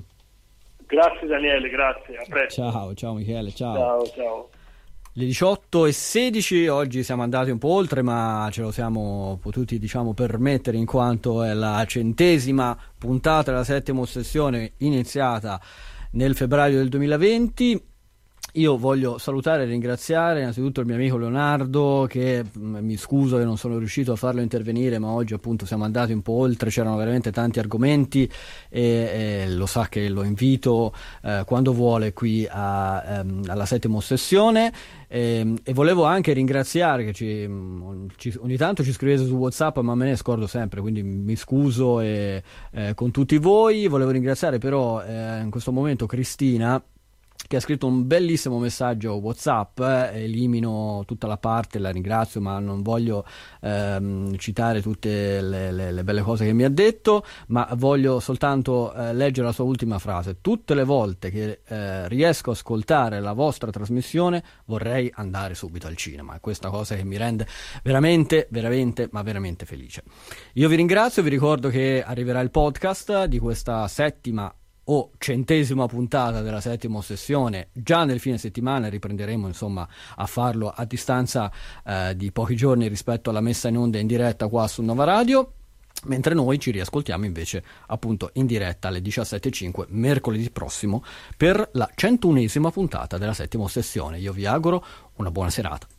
Grazie Daniele, grazie, a presto. Ciao, ciao Michele, ciao. Ciao, ciao. Le diciotto e sedici, oggi siamo andati un po' oltre, ma ce lo siamo potuti, diciamo, permettere in quanto è la centesima puntata della settima ossessione iniziata nel febbraio del duemilaventi. Io voglio salutare e ringraziare innanzitutto il mio amico Leonardo, che mh, mi scuso che non sono riuscito a farlo intervenire, ma oggi appunto siamo andati un po' oltre, c'erano veramente tanti argomenti e, e lo sa che lo invito eh, quando vuole qui a, ehm, alla settima ossessione. E, e volevo anche ringraziare che ci, ci, ogni tanto ci scrivete su WhatsApp, ma me ne scordo sempre, quindi mi scuso e, eh, con tutti voi. Volevo ringraziare però eh, in questo momento Cristina, che ha scritto un bellissimo messaggio WhatsApp. eh, elimino tutta la parte, la ringrazio, ma non voglio ehm, citare tutte le, le, le belle cose che mi ha detto, ma voglio soltanto eh, leggere la sua ultima frase: tutte le volte che eh, riesco a ascoltare la vostra trasmissione vorrei andare subito al cinema. È questa cosa che mi rende veramente, veramente, ma veramente felice. Io vi ringrazio, vi ricordo che arriverà il podcast di questa settima o centesima puntata della settima ossessione già nel fine settimana. Riprenderemo insomma a farlo a distanza eh, di pochi giorni rispetto alla messa in onda in diretta qua su Nova Radio, mentre noi ci riascoltiamo invece appunto in diretta alle diciassette e cinque mercoledì prossimo per la centounesima puntata della settima ossessione. Io vi auguro una buona serata.